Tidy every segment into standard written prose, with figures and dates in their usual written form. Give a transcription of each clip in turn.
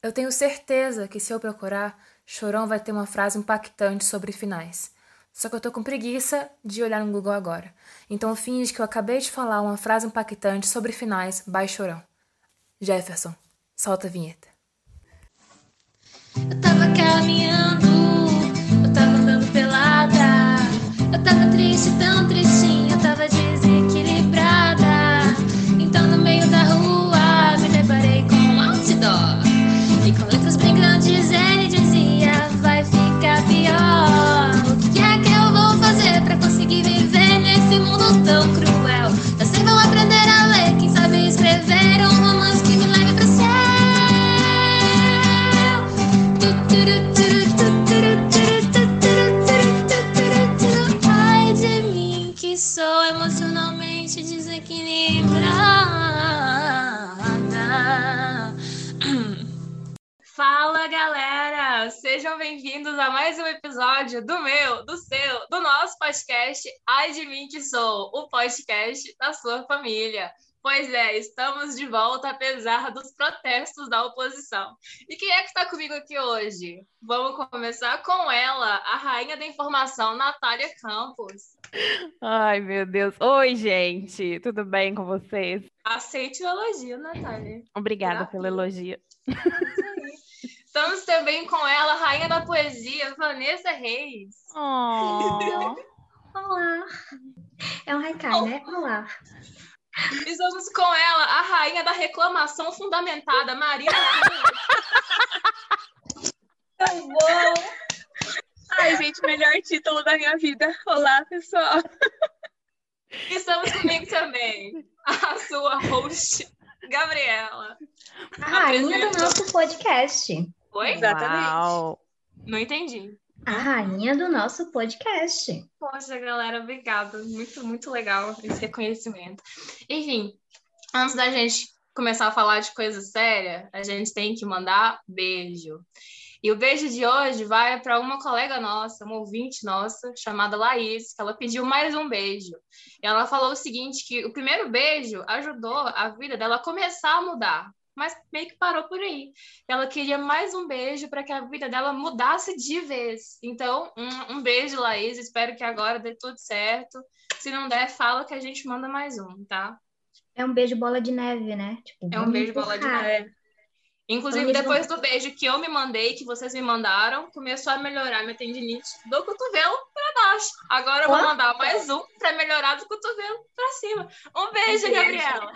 Eu tenho certeza que se eu procurar, Chorão vai ter uma frase impactante sobre finais. Só que eu tô com preguiça de olhar no Google agora. Então finge que eu acabei de falar uma frase impactante sobre finais by Chorão. Jefferson, solta a vinheta. Eu tava caminhando, eu tava andando pelada. Eu tava triste, tão tristinha, eu tava desequilibrada. Então no meio da rua me deparei com um outdoor. E com letras bem grandes ele dizia: vai ficar pior. O que é que eu vou fazer pra conseguir viver nesse mundo tão cruel? Eu sei, vou aprender a ler, quem sabe escrever um romance que me leve pro céu. Ai de mim que sou emocionalmente desequilibrada. Fala, galera! Sejam bem-vindos a mais um episódio do meu, do seu, do nosso podcast Ai de mim que sou, o podcast da sua família. Pois é, estamos de volta apesar dos protestos da oposição. E quem é que está comigo aqui hoje? Vamos começar com ela, a rainha da informação, Natália Campos. Ai, meu Deus. Oi, gente. Tudo bem com vocês? Aceite o elogio, Natália. Obrigada pelo elogio. Estamos também com ela, a rainha da poesia, Vanessa Reis. Oh. Olá. É um haikai, né? Olá. Estamos com ela, a rainha da reclamação fundamentada, Marina. Tão bom! Ai, gente, melhor título da minha vida. Olá, pessoal. Estamos comigo também, a sua host, Gabriela. A rainha do nosso podcast. Oi? Exatamente. Uau. Não entendi. A rainha do nosso podcast. Poxa, galera, obrigada. Muito, muito legal esse reconhecimento. Enfim, antes da gente começar a falar de coisa séria, a gente tem que mandar beijo. E o beijo de hoje vai para uma colega nossa, uma ouvinte nossa, chamada Laís, que ela pediu mais um beijo. E ela falou o seguinte, que o primeiro beijo ajudou a vida dela a começar a mudar, mas meio que parou por aí. Ela queria mais um beijo para que a vida dela mudasse de vez. Então, um beijo, Laís. Espero que agora dê tudo certo. Se não der, fala que a gente manda mais um, tá? É um beijo bola de neve, né? Tipo, É um beijo bola de neve. Inclusive, depois do beijo que eu me mandei, que vocês me mandaram, começou a melhorar minha tendinite do cotovelo para baixo. Agora eu vou mandar mais um para melhorar do cotovelo para cima. Um beijo, Gabriela.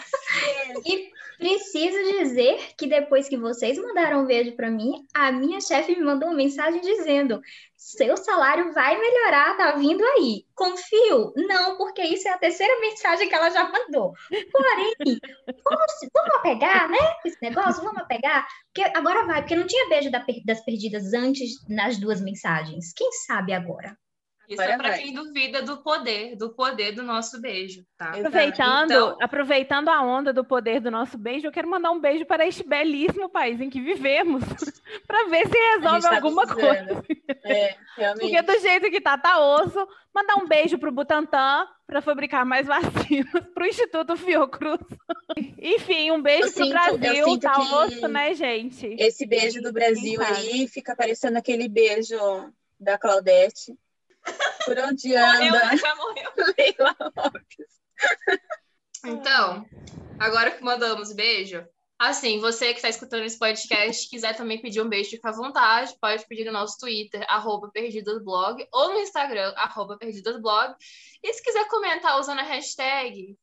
E preciso dizer que depois que vocês mandaram um beijo para mim, a minha chefe me mandou uma mensagem dizendo: seu salário vai melhorar, tá vindo aí. Confio? Não, porque isso é a terceira mensagem que ela já mandou. Porém, vamos pegar, né? Esse negócio, vamos pegar. Porque agora vai, porque não tinha beijo das perdidas antes nas duas mensagens. Quem sabe agora? Isso é para quem duvida do poder do nosso beijo, tá? Aproveitando a onda do poder do nosso beijo, eu quero mandar um beijo para este belíssimo país em que vivemos, para ver se resolve alguma coisa. Realmente. Porque do jeito que tá osso. Mandar um beijo pro Butantan para fabricar mais vacinas, pro Instituto Fiocruz. Enfim, um beijo pro Brasil, tá osso, né, gente? Esse beijo do Brasil aí fica parecendo aquele beijo da Claudete. Por onde anda? Já morreu. Leila Lopes. Então, agora que mandamos beijo, assim, você que está escutando esse podcast, quiser também pedir um beijo, fica à vontade, pode pedir no nosso Twitter, @perdidasblog, ou no Instagram, @perdidasblog. E se quiser comentar usando a hashtag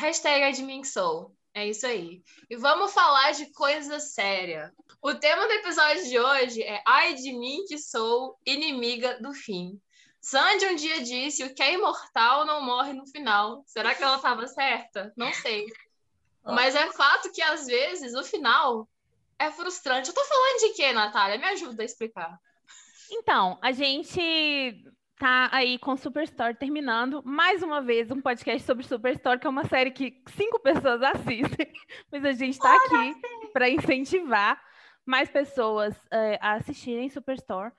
#adminsou. É isso aí. E vamos falar de coisa séria. O tema do episódio de hoje é Ai de mim que sou inimiga do fim. Sandy um dia disse: o que é imortal não morre no final. Será que ela estava certa? Não sei. Mas é fato que, às vezes, o final é frustrante. Eu tô falando de quê, Natália? Me ajuda a explicar. Então, a gente tá aí com Superstore terminando. Mais uma vez, um podcast sobre Superstore, que é uma série que 5 pessoas assistem. Mas a gente tá aqui para incentivar mais pessoas a assistirem Superstore.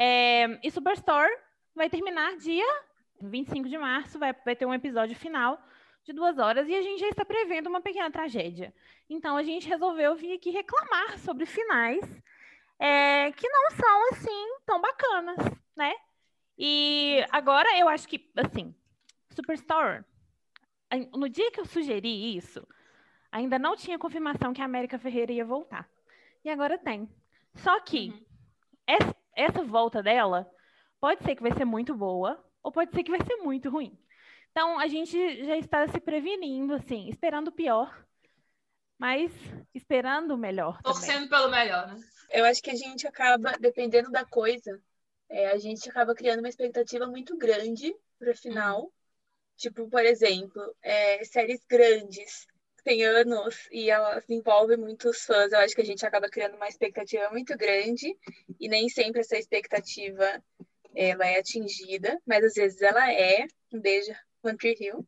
E Superstore vai terminar dia 25 de março, vai ter um episódio final de 2 horas e a gente já está prevendo uma pequena tragédia. Então, a gente resolveu vir aqui reclamar sobre finais que não são, assim, tão bacanas, né? E agora eu acho que, assim, Superstore, no dia que eu sugeri isso, ainda não tinha confirmação que a América Ferreira ia voltar. E agora tem. Só que essa volta dela pode ser que vai ser muito boa ou pode ser que vai ser muito ruim. Então, a gente já está se prevenindo, assim, esperando o pior, mas esperando o melhor também. Torcendo pelo melhor, né? Eu acho que a gente acaba, dependendo da coisa, a gente acaba criando uma expectativa muito grande para o final. Tipo, por exemplo, séries grandes, que tem anos e elas envolvem muitos fãs. Eu acho que a gente acaba criando uma expectativa muito grande e nem sempre essa expectativa ela é atingida, mas às vezes ela é. Um beijo, One Tree Hill.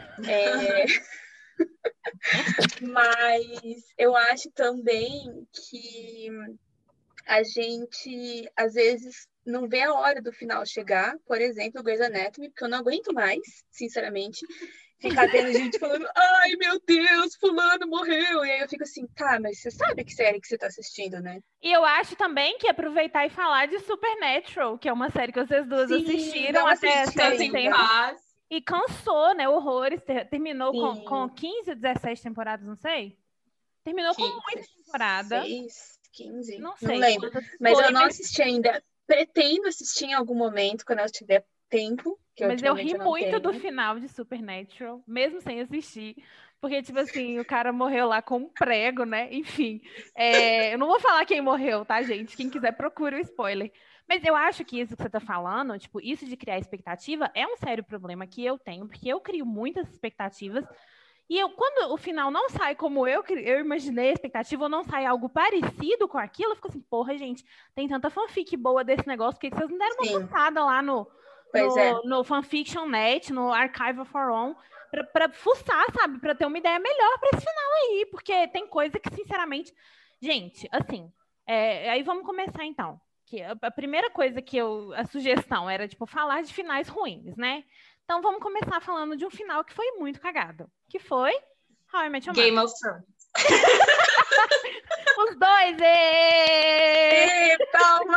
Mas eu acho também que a gente, às vezes, não vê a hora do final chegar. Por exemplo, Grey's Anatomy, porque eu não aguento mais, sinceramente, ficar vendo gente falando, ai, meu Deus, fulano morreu. E aí eu fico assim, tá, mas você sabe que série que você tá assistindo, né? E eu acho também que aproveitar e falar de Supernatural, que é uma série que vocês duas assistiram até certo tempo. E cansou, né? Horrores. Terminou com 15 ou 17 temporadas, não sei? Terminou com muita temporada. 15? Não sei. Não lembro. Mas eu não assisti ainda. Pretendo assistir em algum momento, quando eu tiver tempo. Mas eu ri muito do final de Supernatural, mesmo sem assistir. Porque, tipo assim, o cara morreu lá com um prego, né? Enfim. Eu não vou falar quem morreu, tá, gente? Quem quiser, procura o spoiler. Mas eu acho que isso que você tá falando, tipo, isso de criar expectativa é um sério problema que eu tenho, porque eu crio muitas expectativas. E quando o final não sai como eu imaginei a expectativa, ou não sai algo parecido com aquilo, eu fico assim, porra, gente, tem tanta fanfic boa desse negócio, por que vocês não deram uma passada lá no Fanfiction.net, no Archive of Our Own, pra fuçar, sabe? Pra ter uma ideia melhor pra esse final aí, porque tem coisa que, sinceramente... Gente, assim, aí vamos começar então. Que a primeira coisa a sugestão era, tipo, falar de finais ruins, né? Então vamos começar falando de um final que foi muito cagado. Que foi How I Met Your Mother. Game of Thrones. Os dois! Palma!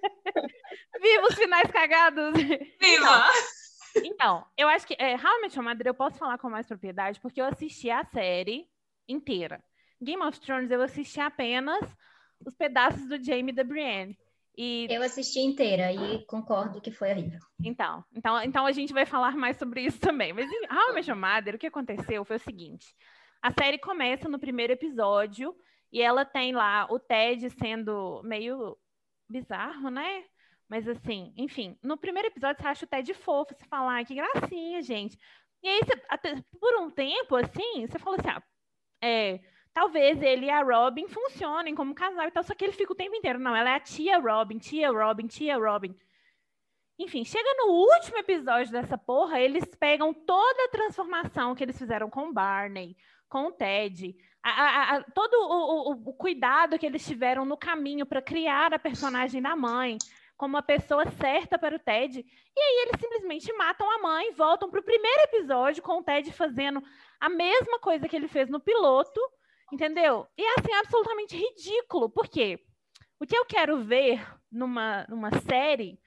Viva os finais cagados! Viva! Então, eu acho que How I Met Your Mother eu posso falar com mais propriedade porque eu assisti a série inteira. Game of Thrones eu assisti apenas os pedaços do Jaime e da Brienne. Eu assisti inteira e concordo que foi horrível. Então a gente vai falar mais sobre isso também. Mas em How I Met Your Mother, o que aconteceu foi o seguinte. A série começa no primeiro episódio e ela tem lá o Ted sendo meio bizarro, né? Mas assim, enfim, no primeiro episódio você acha o Ted fofo, você fala, que gracinha, gente. E aí, por um tempo, assim, você fala assim, talvez ele e a Robin funcionem como casal e tal, só que ele fica o tempo inteiro. Não, ela é a tia Robin, tia Robin, tia Robin. Enfim, chega no último episódio dessa porra, eles pegam toda a transformação que eles fizeram com o Barney, com o Ted, todo o cuidado que eles tiveram no caminho para criar a personagem da mãe como a pessoa certa para o Ted, e aí eles simplesmente matam a mãe, voltam para o primeiro episódio com o Ted fazendo a mesma coisa que ele fez no piloto, entendeu? E é assim, absolutamente ridículo. Por quê? O que eu quero ver numa série,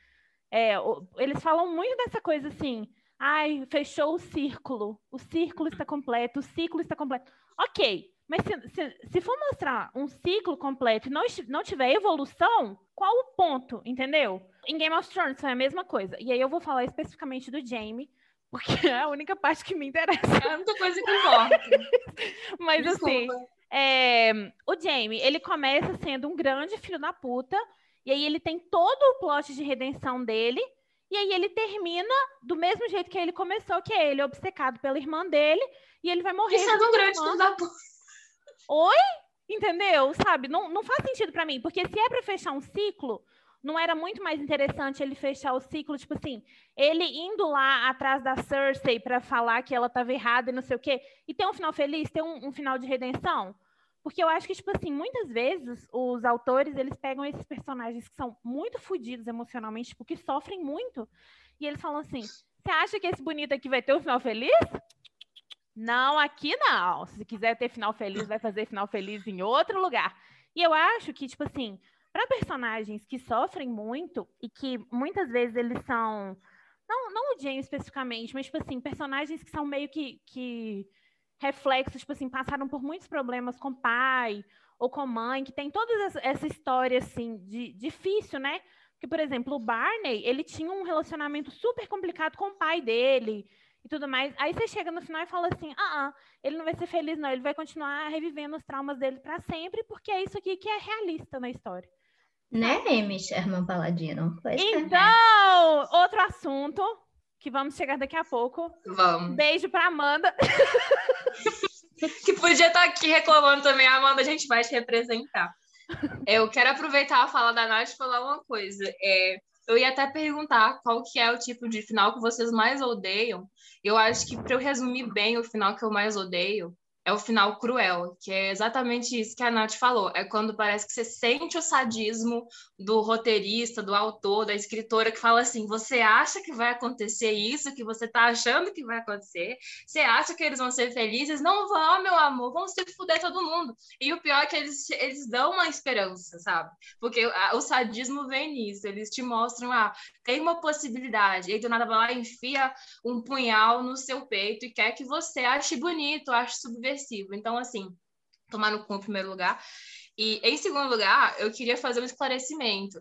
eles falam muito dessa coisa assim, fechou o círculo está completo, o ciclo está completo. Ok, mas se for mostrar um ciclo completo e não tiver evolução, qual o ponto, entendeu? Em Game of Thrones foi a mesma coisa. E aí eu vou falar especificamente do Jaime, porque é a única parte que me interessa. É a única coisa que importa. Mas Desculpa. assim, o Jaime, ele começa sendo um grande filho da puta, e aí ele tem todo o plot de redenção dele, e aí ele termina do mesmo jeito que ele começou, que é ele obcecado pela irmã dele, e ele vai morrer. Isso é um grande filho da puta. Oi? Entendeu? Sabe? Não faz sentido pra mim, porque se é pra fechar um ciclo, não era muito mais interessante ele fechar o ciclo, tipo assim, ele indo lá atrás da Cersei pra falar que ela tava errada e não sei o quê, e ter um final feliz, ter um final de redenção? Porque eu acho que, tipo assim, muitas vezes os autores, eles pegam esses personagens que são muito fodidos emocionalmente, tipo, que sofrem muito, e eles falam assim, você acha que esse bonito aqui vai ter um final feliz? Não, aqui não. Se quiser ter final feliz, vai fazer final feliz em outro lugar. E eu acho que, tipo assim, para personagens que sofrem muito e que muitas vezes eles são, não o James especificamente, mas, tipo assim, personagens que são meio que reflexos, tipo assim, passaram por muitos problemas com pai ou com mãe, que tem toda essa história, assim, difícil, né? Porque, por exemplo, o Barney, ele tinha um relacionamento super complicado com o pai dele e tudo mais. Aí você chega no final e fala assim, ele não vai ser feliz, não. Ele vai continuar revivendo os traumas dele para sempre, porque é isso aqui que é realista na história. Né, Amy Sherman Paladino? Pois então, outro assunto, que vamos chegar daqui a pouco. Vamos. Beijo pra Amanda. Que podia estar aqui reclamando também. Amanda, a gente vai te representar. Eu quero aproveitar a fala da Nath e falar uma coisa. Eu ia até perguntar qual que é o tipo de final que vocês mais odeiam. Eu acho que, para eu resumir bem, o final que eu mais odeio é o final cruel, que é exatamente isso que a Nath falou. É quando parece que você sente o sadismo do roteirista, do autor, da escritora, que fala assim, você acha que vai acontecer isso, que você tá achando que vai acontecer? Você acha que eles vão ser felizes? Não vão, meu amor, vão se fuder todo mundo. E o pior é que eles dão uma esperança, sabe? Porque o sadismo vem nisso, eles te mostram, tem uma possibilidade, e aí do nada vai lá e enfia um punhal no seu peito e quer que você ache bonito, ache subversivo. Então, assim, tomar no cu em primeiro lugar. E, em segundo lugar, eu queria fazer um esclarecimento.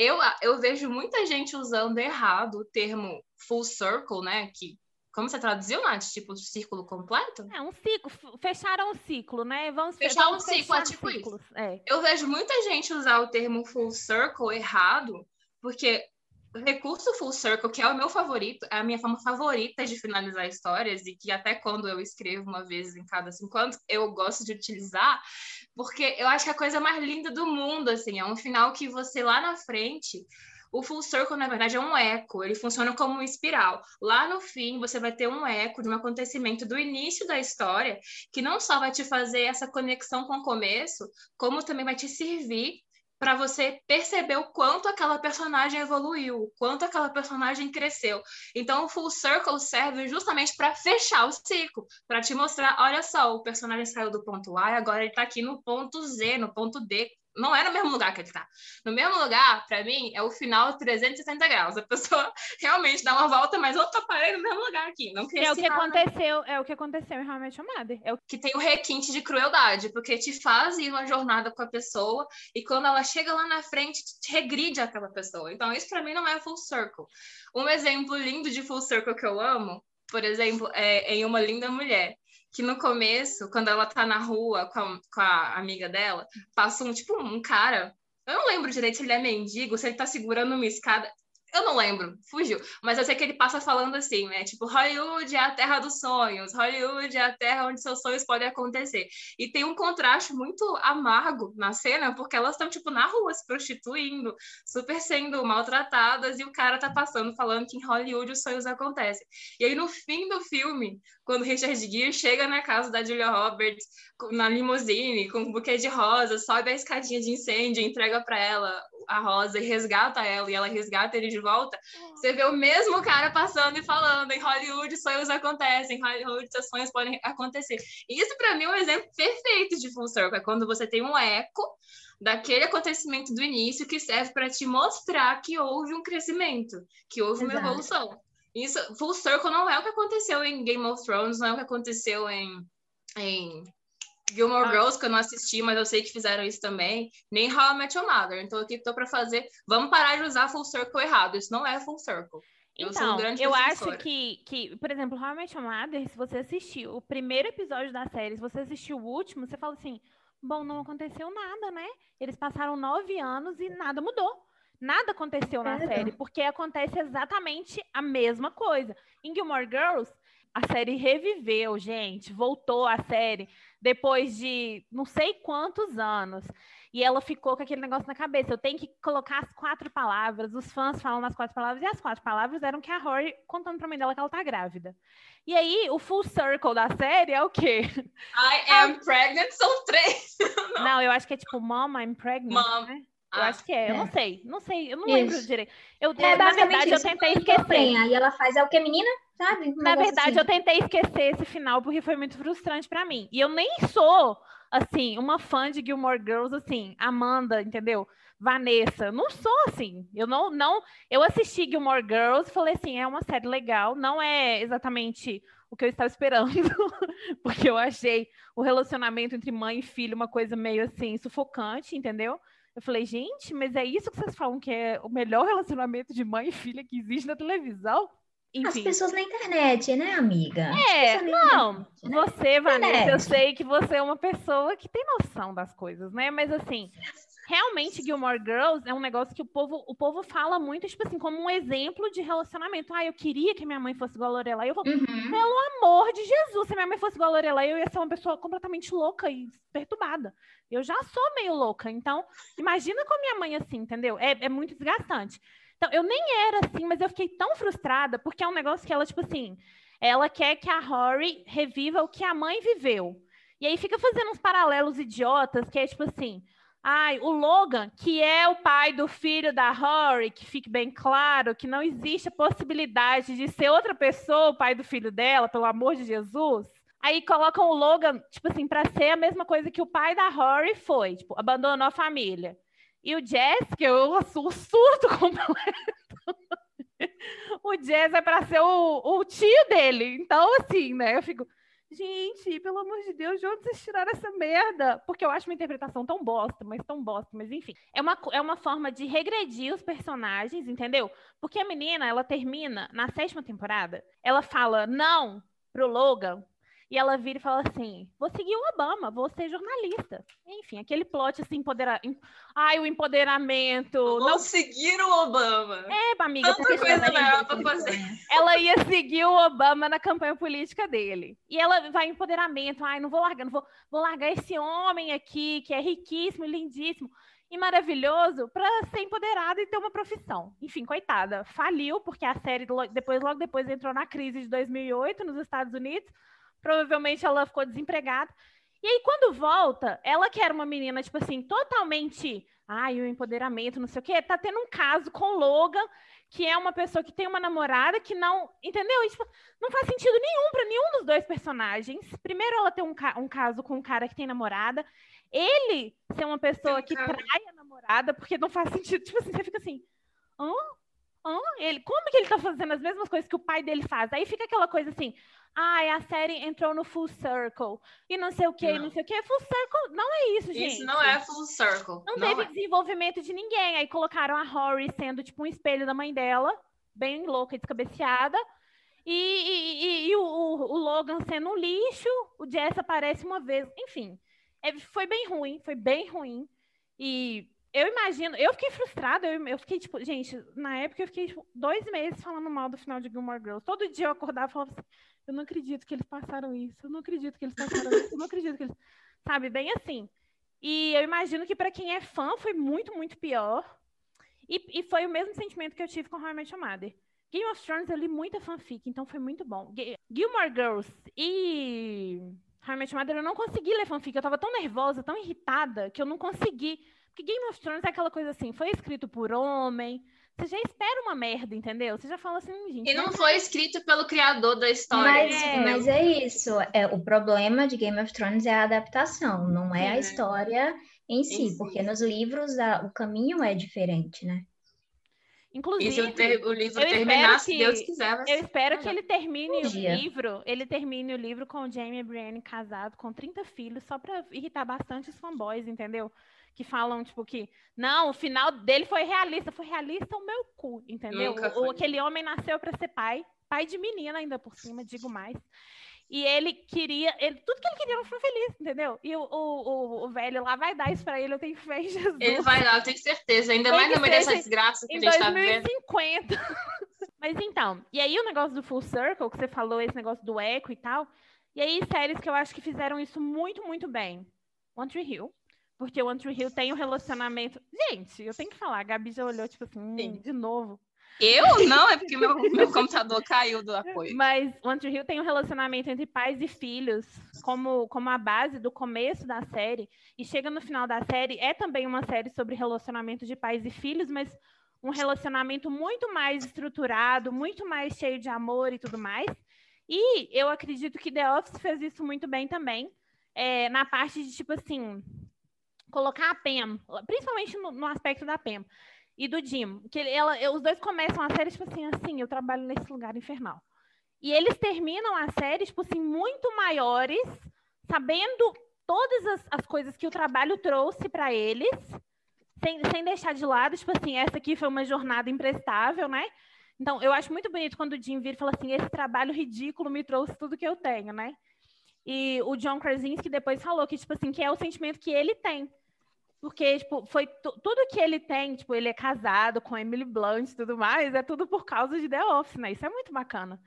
Eu vejo muita gente usando errado o termo full circle, né? Que, como você traduziu, Nath? Tipo, círculo completo? É um ciclo. Fecharam o ciclo, né? Fechar um ciclo, tipo isso. Eu vejo muita gente usar o termo full circle errado, porque o recurso full circle, que é o meu favorito, é a minha forma favorita de finalizar histórias e que até quando eu escrevo uma vez em cada 5 anos, eu gosto de utilizar, porque eu acho que é a coisa mais linda do mundo, assim, é um final que você lá na frente... O full circle, na verdade, é um eco, ele funciona como uma espiral. Lá no fim, você vai ter um eco de um acontecimento do início da história, que não só vai te fazer essa conexão com o começo, como também vai te servir para você perceber o quanto aquela personagem evoluiu, o quanto aquela personagem cresceu. Então, o full circle serve justamente para fechar o ciclo, para te mostrar, olha só, o personagem saiu do ponto A e agora ele está aqui no ponto Z, no ponto D. Não é no mesmo lugar que ele tá. No mesmo lugar, para mim, é o final 360 graus. A pessoa realmente dá uma volta, mas opa, parei no mesmo lugar aqui. Não é o que aconteceu, é o que aconteceu em How I Met Your Mother. É o que tem o requinte de crueldade, porque te faz ir uma jornada com a pessoa e quando ela chega lá na frente, te regride aquela pessoa. Então, isso para mim não é full circle. Um exemplo lindo de full circle que eu amo, por exemplo, é em Uma Linda Mulher, que no começo, quando ela tá na rua com a amiga dela, passa um cara, eu não lembro direito se ele é mendigo, se ele tá segurando uma escada, eu não lembro, fugiu, mas eu sei que ele passa falando assim, né, tipo, Hollywood é a terra dos sonhos, Hollywood é a terra onde seus sonhos podem acontecer, e tem um contraste muito amargo na cena, porque elas estão, tipo, na rua, se prostituindo, super sendo maltratadas, e o cara tá passando, falando que em Hollywood os sonhos acontecem, e aí no fim do filme, quando Richard Gere chega na casa da Julia Roberts, na limusine, com um buquê de rosas, sobe a escadinha de incêndio, entrega pra ela a rosa e resgata ela, e ela resgata ele de volta, você vê o mesmo cara passando e falando, em Hollywood sonhos acontecem, em Hollywood seus sonhos podem acontecer. E isso para mim é um exemplo perfeito de full circle, é quando você tem um eco daquele acontecimento do início que serve para te mostrar que houve um crescimento, que houve uma evolução. Isso, full circle não é o que aconteceu em Game of Thrones, não é o que aconteceu em Gilmore Girls, que eu não assisti, mas eu sei que fizeram isso também, nem How I Met Your Mother. Então, aqui tô para fazer... Vamos parar de usar full circle errado. Isso não é full circle. Então, eu acho que, por exemplo, How I Met Your Mother, se você assistiu o primeiro episódio da série, se você assistiu o último, você fala assim, bom, não aconteceu nada, né? Eles passaram 9 anos e nada mudou. Nada aconteceu na série, porque acontece exatamente a mesma coisa. Em Gilmore Girls, a série reviveu, gente, voltou a série depois de não sei quantos anos. E ela ficou com aquele negócio na cabeça. Eu tenho que colocar as 4 palavras. Os fãs falam as 4 palavras. E as 4 palavras eram que a Rory contando pra mãe dela que ela tá grávida. E aí, o full circle da série é o quê? I am pregnant, são 3. Não, eu acho que é tipo, Mom, I'm pregnant. Mom. Né? Eu acho que é. Eu É. não sei, eu não lembro Isso. direito. Eu, É na basicamente verdade, eu isso. tentei Quando esquecer. trem, aí ela faz, é o que, menina? Sabe? Um Na negócio verdade, assim. eu tentei esquecer esse final porque foi muito frustrante pra mim. E eu nem sou, assim, uma fã de Gilmore Girls, assim, Amanda, entendeu? Vanessa, não sou assim. Eu não, eu assisti Gilmore Girls e falei assim, é uma série legal, não é exatamente o que eu estava esperando, porque eu achei o relacionamento entre mãe e filho uma coisa meio assim sufocante, entendeu? Eu falei, gente, mas é isso que vocês falam que é o melhor relacionamento de mãe e filha que existe na televisão? As Enfim. pessoas na internet, né, amiga? As pessoas na Não, internet, né? você, Vanessa, eu Internet. sei que você é uma pessoa que tem noção das coisas, né? Mas assim, realmente Gilmore Girls é um negócio que o povo fala muito, tipo assim, como um exemplo de relacionamento. Ah, eu queria que minha mãe fosse igual a Lorelai. Eu falo, Uhum. pelo amor de Jesus, se minha mãe fosse igual a Lorelai, eu ia ser uma pessoa completamente louca e perturbada. Eu já sou meio louca, então imagina com a minha mãe assim, entendeu? É muito desgastante. Então, eu nem era assim, mas eu fiquei tão frustrada, porque é um negócio que ela, tipo assim, ela quer que a Rory reviva o que a mãe viveu. E aí fica fazendo uns paralelos idiotas, que é tipo assim, ai, o Logan, que é o pai do filho da Rory, que fique bem claro que não existe a possibilidade de ser outra pessoa o pai do filho dela, pelo amor de Jesus. Aí colocam o Logan, tipo assim, pra ser a mesma coisa que o pai da Rory foi, tipo, abandonou a família. E o Jess, que eu o surto completo. O Jess é pra ser o tio dele. Então, assim, né? Eu fico, gente, pelo amor de Deus, de onde vocês tiraram essa merda? Porque eu acho uma interpretação tão bosta, mas enfim. É uma forma de regredir os personagens, entendeu? Porque a menina, ela termina na 7ª temporada, ela fala não pro Logan. E ela vira e fala assim, vou seguir o Obama, vou ser jornalista. Enfim, aquele plot assim, ai, o empoderamento. Vou seguir o Obama. Amiga, Tanta porque coisa melhor pra fazer. ela ia seguir o Obama na campanha política dele. E ela vai em empoderamento. Ai, não vou largar esse homem aqui, que é riquíssimo, lindíssimo e maravilhoso, para ser empoderada e ter uma profissão. Enfim, coitada, faliu, porque a série logo depois entrou na crise de 2008 nos Estados Unidos. Provavelmente ela ficou desempregada. E aí, quando volta, ela que era uma menina, tipo assim, totalmente... Ai, o empoderamento, não sei o quê. Tá tendo um caso com o Logan, que é uma pessoa que tem uma namorada que não... Entendeu? E, tipo, não faz sentido nenhum para nenhum dos dois personagens. Primeiro, ela tem um caso com um cara que tem namorada. Ele ser uma pessoa que trai a namorada, porque não faz sentido. Tipo assim, você fica assim... Como que ele tá fazendo as mesmas coisas que o pai dele faz? Aí fica aquela coisa assim... Ai, a série entrou no full circle. E não sei o que, não sei o que. Full circle não é isso, gente. Isso não é full circle. Não teve desenvolvimento de ninguém. Aí colocaram a Rory sendo tipo um espelho da mãe dela, bem louca e descabeceada. E o Logan sendo um lixo. O Jess aparece uma vez. Enfim, foi bem ruim. E eu imagino, eu fiquei frustrada. Eu fiquei tipo, gente, na época eu fiquei tipo, 2 meses falando mal do final de Gilmore Girls. Todo dia eu acordava e falava assim, eu não acredito que eles passaram isso. Eu não acredito que eles passaram isso. Eu não acredito que eles... Sabe, bem assim. E eu imagino que para quem é fã foi muito, muito pior. E foi o mesmo sentimento que eu tive com How I Met Your Mother. Game of Thrones eu li muita fanfic, então foi muito bom. Gilmore Girls e How I Met Your Mother eu não consegui ler fanfic. Eu tava tão nervosa, tão irritada, que eu não consegui. Porque Game of Thrones é aquela coisa assim, foi escrito por homem... Você já espera uma merda, entendeu? Você já fala assim, gente... E não foi escrito pelo criador da história. Mas é isso. O problema de Game of Thrones é a adaptação, não é a história em si. Porque nos livros o caminho é diferente, né? Inclusive, e se o livro terminar, se Deus quiser... Eu espero que ele termine o livro com o Jaime e Brienne casado, com 30 filhos, só pra irritar bastante os fanboys, entendeu? Que falam, tipo, que não, o final dele foi realista o meu cu, entendeu? Aquele homem nasceu para ser pai de menina ainda por cima, digo mais. E ele queria, tudo que ele queria foi feliz, entendeu? E o velho lá vai dar isso pra ele, eu tenho fé em Jesus. Ele vai lá, eu tenho certeza, ainda mais no meio dessa desgraça que a gente tá vivendo. Em 2050. Mas então, e aí o negócio do full circle, que você falou, esse negócio do eco e tal, e aí séries que eu acho que fizeram isso muito, muito bem. One Tree Hill. Porque o One Tree Hill tem um relacionamento... Gente, eu tenho que falar, a Gabi já olhou, tipo assim, de novo. Eu? Não, é porque meu computador caiu do apoio. Mas One Tree Hill tem um relacionamento entre pais e filhos como a base do começo da série. E chega no final da série, é também uma série sobre relacionamento de pais e filhos, mas um relacionamento muito mais estruturado, muito mais cheio de amor e tudo mais. E eu acredito que The Office fez isso muito bem também, na parte de, tipo assim, colocar a Pam, principalmente no aspecto da Pam e do Jim, que os dois começam a série, tipo assim, eu trabalho nesse lugar infernal. E eles terminam a série, tipo assim, muito maiores, sabendo todas as coisas que o trabalho trouxe para eles, sem deixar de lado, tipo assim, essa aqui foi uma jornada imprestável, né? Então, eu acho muito bonito quando o Jim vira e fala assim, esse trabalho ridículo me trouxe tudo que eu tenho, né? E o John Krasinski depois falou que, tipo assim, que é o sentimento que ele tem. Porque, tipo, foi tudo que ele tem, tipo, ele é casado com Emily Blunt e tudo mais, é tudo por causa de The Office, né? Isso é muito bacana.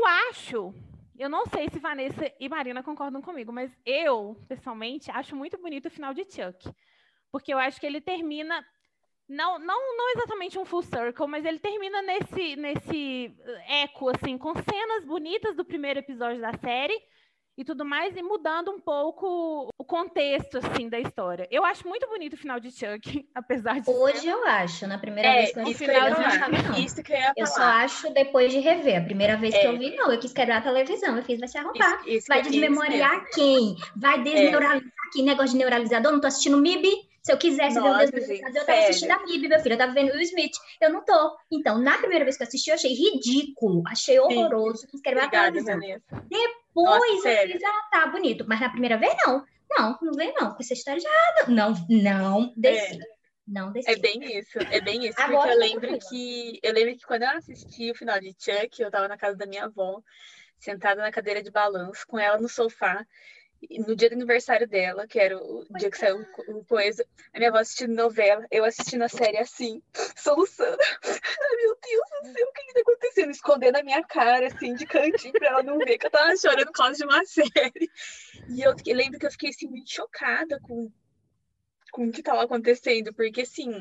Eu não sei se Vanessa e Marina concordam comigo, mas eu, pessoalmente, acho muito bonito o final de Chuck. Porque eu acho que ele termina, não exatamente um full circle, mas ele termina nesse eco, assim, com cenas bonitas do primeiro episódio da série, e tudo mais, e mudando um pouco o contexto, assim, da história. Eu acho muito bonito o final de Chuck, apesar de Hoje eu acho. Na primeira vez que eu assisti, eu não achava, não. Isso que eu ia falar. Eu só acho depois de rever. A primeira vez que eu vi, não. Eu quis quebrar a televisão. Eu fiz, vai se arrombar. Vai desmemoriar quem? Vai desneuralizar quem? Negócio de neuralizador? Não tô assistindo MIB. Se eu quisesse ver o desneuralizador, eu tava assistindo a MIB, meu filho. Eu tava vendo o Will Smith. Eu não tô. Então, na primeira vez que eu assisti, eu achei ridículo. Achei horroroso. Quis quebrar a televisão. Depois eu fiz, tá bonito. Mas na primeira vez, não. Não vem não. Com essa história já... Não desci. Não desci. É bem isso. Agora, porque eu lembro que quando eu assisti o final de Chuck, eu tava na casa da minha avó, sentada na cadeira de balanço, com ela no sofá, no dia do aniversário dela, que era o dia que saiu o coisa, a minha avó assistindo novela, eu assistindo a série assim, soluçando. Ai, meu Deus do céu, o que tá acontecendo? Escondendo a minha cara, assim, de cantinho, pra ela não ver que eu tava chorando por causa de uma série. E eu lembro que eu fiquei, assim, muito chocada com o que tava acontecendo, porque, assim,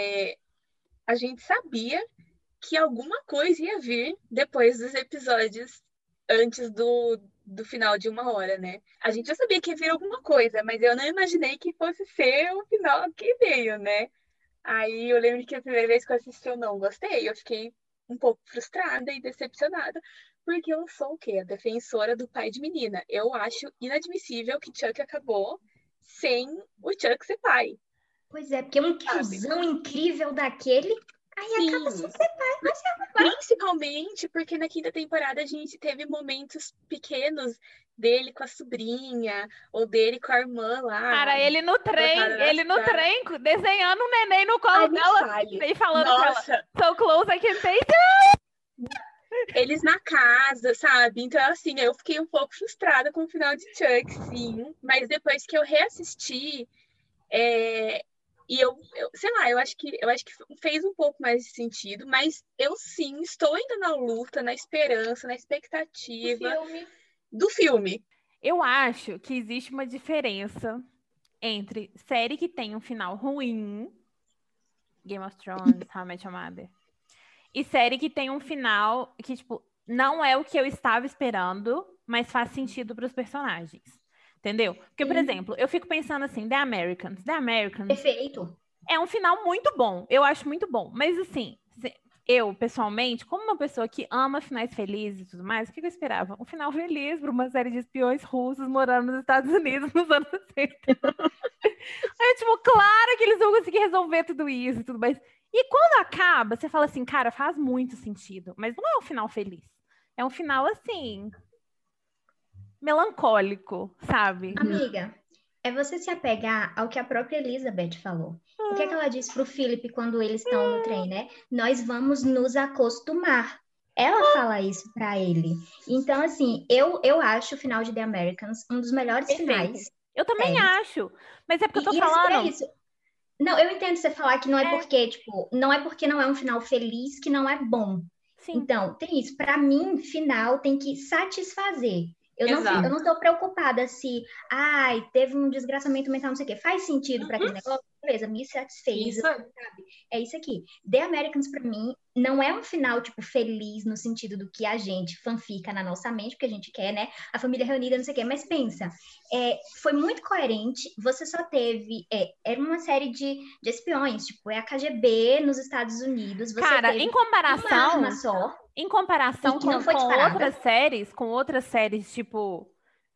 a gente sabia que alguma coisa ia vir depois dos episódios antes do final de 1 hora, né? A gente já sabia que ia vir alguma coisa, mas eu não imaginei que fosse ser o final que veio, né? Aí eu lembro que a primeira vez que eu assisti eu não gostei, eu fiquei um pouco frustrada e decepcionada, porque eu sou o quê? A defensora do pai de menina. Eu acho inadmissível que Chuck acabou sem o Chuck ser pai. Pois é, porque um tiozão incrível daquele, aí acaba sem ser pai, mas Principalmente porque na 5ª temporada a gente teve momentos pequenos dele com a sobrinha, ou dele com a irmã lá. Cara, ele no trem, desenhando um neném no colo dela e falando pra ela, so close I can taste. Eles na casa, sabe? Então, assim, eu fiquei um pouco frustrada com o final de Chuck, sim. Mas depois que eu reassisti, e eu sei lá, eu acho que fez um pouco mais de sentido, mas eu sim estou ainda na luta, na esperança, na expectativa do filme. Eu acho que existe uma diferença entre série que tem um final ruim, Game of Thrones, How I Met Your Mother, e série que tem um final que, tipo, não é o que eu estava esperando, mas faz sentido para os personagens. Entendeu? Porque, por exemplo, eu fico pensando assim, The Americans. Perfeito. É um final muito bom. Eu acho muito bom. Mas, assim, eu, pessoalmente, como uma pessoa que ama finais felizes e tudo mais, o que eu esperava? Um final feliz para uma série de espiões russos morando nos Estados Unidos nos anos 60. Aí, tipo, claro que eles vão conseguir resolver tudo isso e tudo mais. E quando acaba, você fala assim, cara, faz muito sentido. Mas não é um final feliz. É um final, assim, melancólico, sabe? Amiga, é você se apegar ao que a própria Elizabeth falou. O que é que ela disse pro Philip quando eles estão no trem, né? Nós vamos nos acostumar. Ela fala isso pra ele. Então, assim, eu acho o final de The Americans um dos melhores finais. Eu também acho. Mas é porque eu tô assim, falando... é isso. Não, eu entendo você falar que não é porque, tipo, não é porque não é um final feliz que não é bom. Sim. Então, tem isso. Pra mim, final tem que satisfazer. Eu não tô preocupada se, teve um desgraçamento mental, não sei o quê. Faz sentido para aquele negócio? beleza, me satisfez, Isso aí. sabe? É isso aqui. The Americans, pra mim, não é um final, tipo, feliz no sentido do que a gente fanfica na nossa mente, porque a gente quer, né? A família reunida, não sei o quê. Mas pensa, foi muito coerente. Você só teve... era uma série de espiões, tipo, é a KGB nos Estados Unidos. Você Cara, teve em uma comparação, arma só em comparação e que não com, foi com disparada. outras séries, tipo,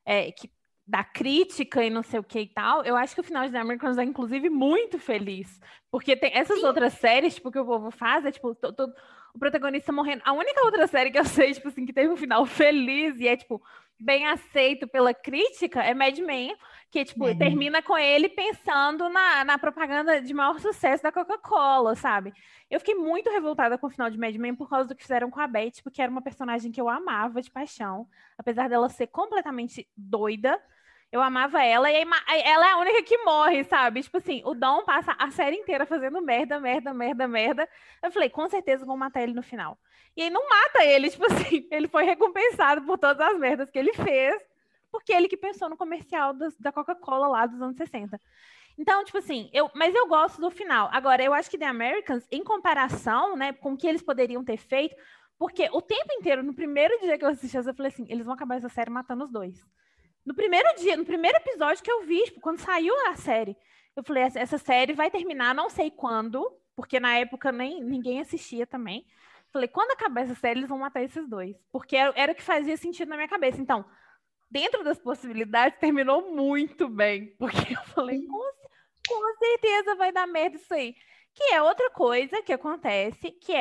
da crítica e não sei o que e tal, eu acho que o final de The Americans é, inclusive, muito feliz. Porque tem essas outras séries, tipo, que o povo faz, é, tipo, o protagonista morrendo. A única outra série que eu sei, tipo assim, que teve um final feliz e é, tipo, bem aceito pela crítica é Mad Men, que, tipo, termina com ele pensando na propaganda de maior sucesso da Coca-Cola, sabe? Eu fiquei muito revoltada com o final de Mad Men por causa do que fizeram com a Beth, porque era uma personagem que eu amava de paixão, apesar dela ser completamente doida. Eu amava ela, e aí ela é a única que morre, sabe? Tipo assim, o Dom passa a série inteira fazendo merda, merda, merda, merda. Eu falei, com certeza vão matar ele no final. E aí não mata ele, tipo assim, ele foi recompensado por todas as merdas que ele fez, porque ele que pensou no comercial da Coca-Cola lá dos anos 60. Então, tipo assim, mas eu gosto do final. Agora, eu acho que The Americans, em comparação, né, com o que eles poderiam ter feito, porque o tempo inteiro, no primeiro dia que eu assisti, eu falei assim, eles vão acabar essa série matando os dois. No primeiro dia, no primeiro episódio que eu vi, tipo, quando saiu a série, eu falei, essa série vai terminar não sei quando, porque na época ninguém assistia também. Falei, quando acabar essa série, eles vão matar esses dois. Porque era o que fazia sentido na minha cabeça. Então, dentro das possibilidades, terminou muito bem. Porque eu falei, com certeza vai dar merda isso aí. Que é outra coisa que acontece, que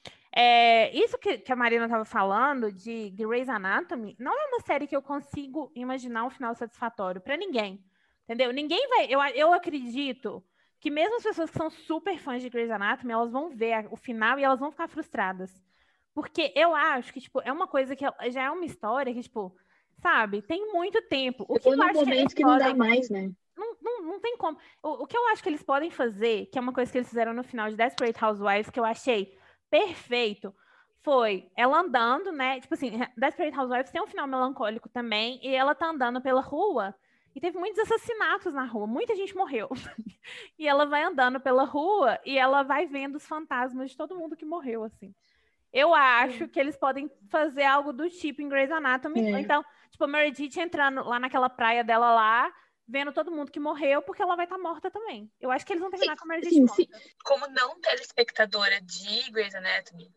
isso que a Marina estava falando de Grey's Anatomy, não é uma série que eu consigo imaginar um final satisfatório para ninguém, entendeu? Ninguém vai... Eu acredito que mesmo as pessoas que são super fãs de Grey's Anatomy, elas vão ver o final e elas vão ficar frustradas. Porque eu acho que, tipo, é uma coisa que já é uma história que, tipo, sabe, tem muito tempo. O que Chegou eu num acho que eles momento que não dá podem... mais, né? Não tem como. O que eu acho que eles podem fazer, que é uma coisa que eles fizeram no final de Desperate Housewives, que eu achei perfeito, foi ela andando, né? Tipo assim, Desperate Housewives tem um final melancólico também, e ela tá andando pela rua, e teve muitos assassinatos na rua, muita gente morreu. E ela vai andando pela rua, e ela vai vendo os fantasmas de todo mundo que morreu, assim. Eu acho que eles podem fazer algo do tipo em Grey's Anatomy, ou então, tipo, a Meredith entrando lá naquela praia dela lá, vendo todo mundo que morreu, porque ela vai estar morta também. Eu acho que eles vão terminar com a Meredith morta. Sim. Como não telespectadora de Grey's Anatomy,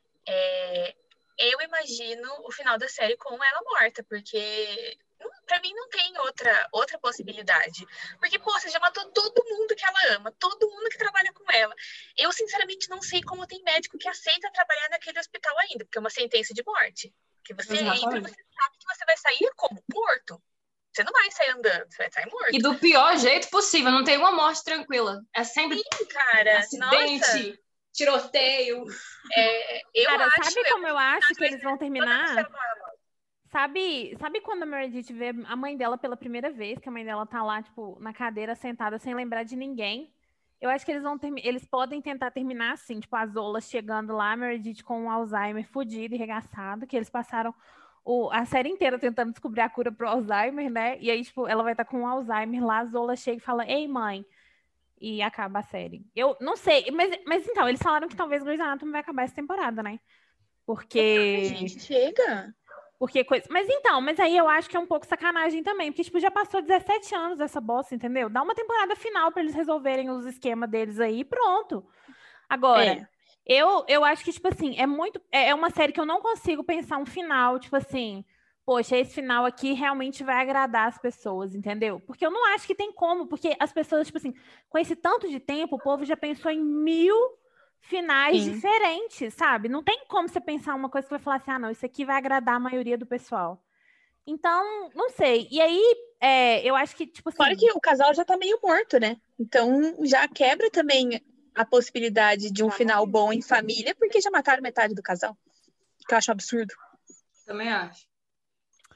eu imagino o final da série com ela morta, porque pra mim não tem outra possibilidade. Porque, pô, você já matou todo mundo que ela ama, todo mundo que trabalha com ela. Eu, sinceramente, não sei como tem médico que aceita trabalhar naquele hospital ainda, porque é uma sentença de morte. Que você entra, você sabe que você vai sair como? Morto. Você não vai sair andando, você vai sair morto. E do pior jeito possível, não tem uma morte tranquila. É sempre cara, acidente, nossa. tiroteio. Cara, sabe como eu acho que eles vão terminar? Sabe quando a Meredith vê a mãe dela pela primeira vez, que a mãe dela tá lá, tipo, na cadeira, sentada, sem lembrar de ninguém? Eu acho que eles podem tentar terminar assim, tipo, a Zola chegando lá, a Meredith com um Alzheimer fudido e regaçado, que eles passaram a série inteira tentando descobrir a cura pro Alzheimer, né? E aí, tipo, ela vai estar com um Alzheimer lá, a Zola chega e fala, ei, mãe, e acaba a série. Eu não sei, mas então, eles falaram que talvez Grey's Anatomy vai acabar essa temporada, né? Porque... Gente, chega! Mas aí eu acho que é um pouco sacanagem também, porque, tipo, já passou 17 anos essa bosta, entendeu? Dá uma temporada final pra eles resolverem os esquemas deles aí e pronto. Agora, eu acho que, tipo assim, é uma série que eu não consigo pensar um final, tipo assim, poxa, esse final aqui realmente vai agradar as pessoas, entendeu? Porque eu não acho que tem como, porque as pessoas, tipo assim, com esse tanto de tempo, o povo já pensou em 1000 finais diferentes, sabe? Não tem como você pensar uma coisa que vai falar assim, ah, não, isso aqui vai agradar a maioria do pessoal. Então, não sei. E aí, eu acho que, tipo assim... Fora que o casal já tá meio morto, né? Então, já quebra também a possibilidade de um final bom em família, porque já mataram metade do casal. Que eu acho um absurdo. Também acho.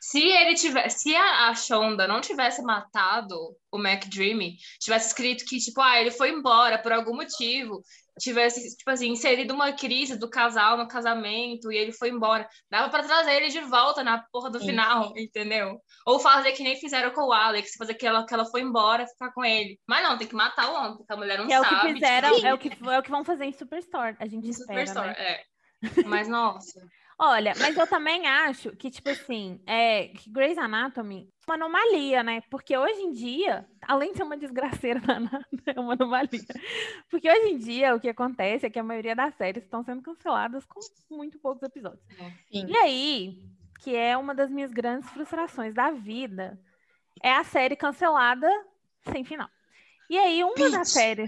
Se a Shonda não tivesse matado o McDreamy, tivesse escrito que, tipo, ele foi embora por algum motivo, tivesse, tipo assim, inserido uma crise do casal no casamento e ele foi embora, dava pra trazer ele de volta na porra do Sim. final, entendeu? Ou fazer que nem fizeram com o Alex, fazer que ela foi embora ficar com ele. Mas não, tem que matar o homem, porque a mulher não Que é o que sabe. fizeram, tipo, é o que vão fazer em Superstore. A gente em espera, Superstore, né? Mas, nossa. Olha, mas eu também acho que, tipo assim, que Grey's Anatomy é uma anomalia, né? Porque hoje em dia, além de ser uma desgraceira danada, é uma anomalia. Porque hoje em dia, o que acontece é que a maioria das séries estão sendo canceladas com muito poucos episódios. Sim. E aí, que é uma das minhas grandes frustrações da vida, é a série cancelada sem final. E aí, uma das séries...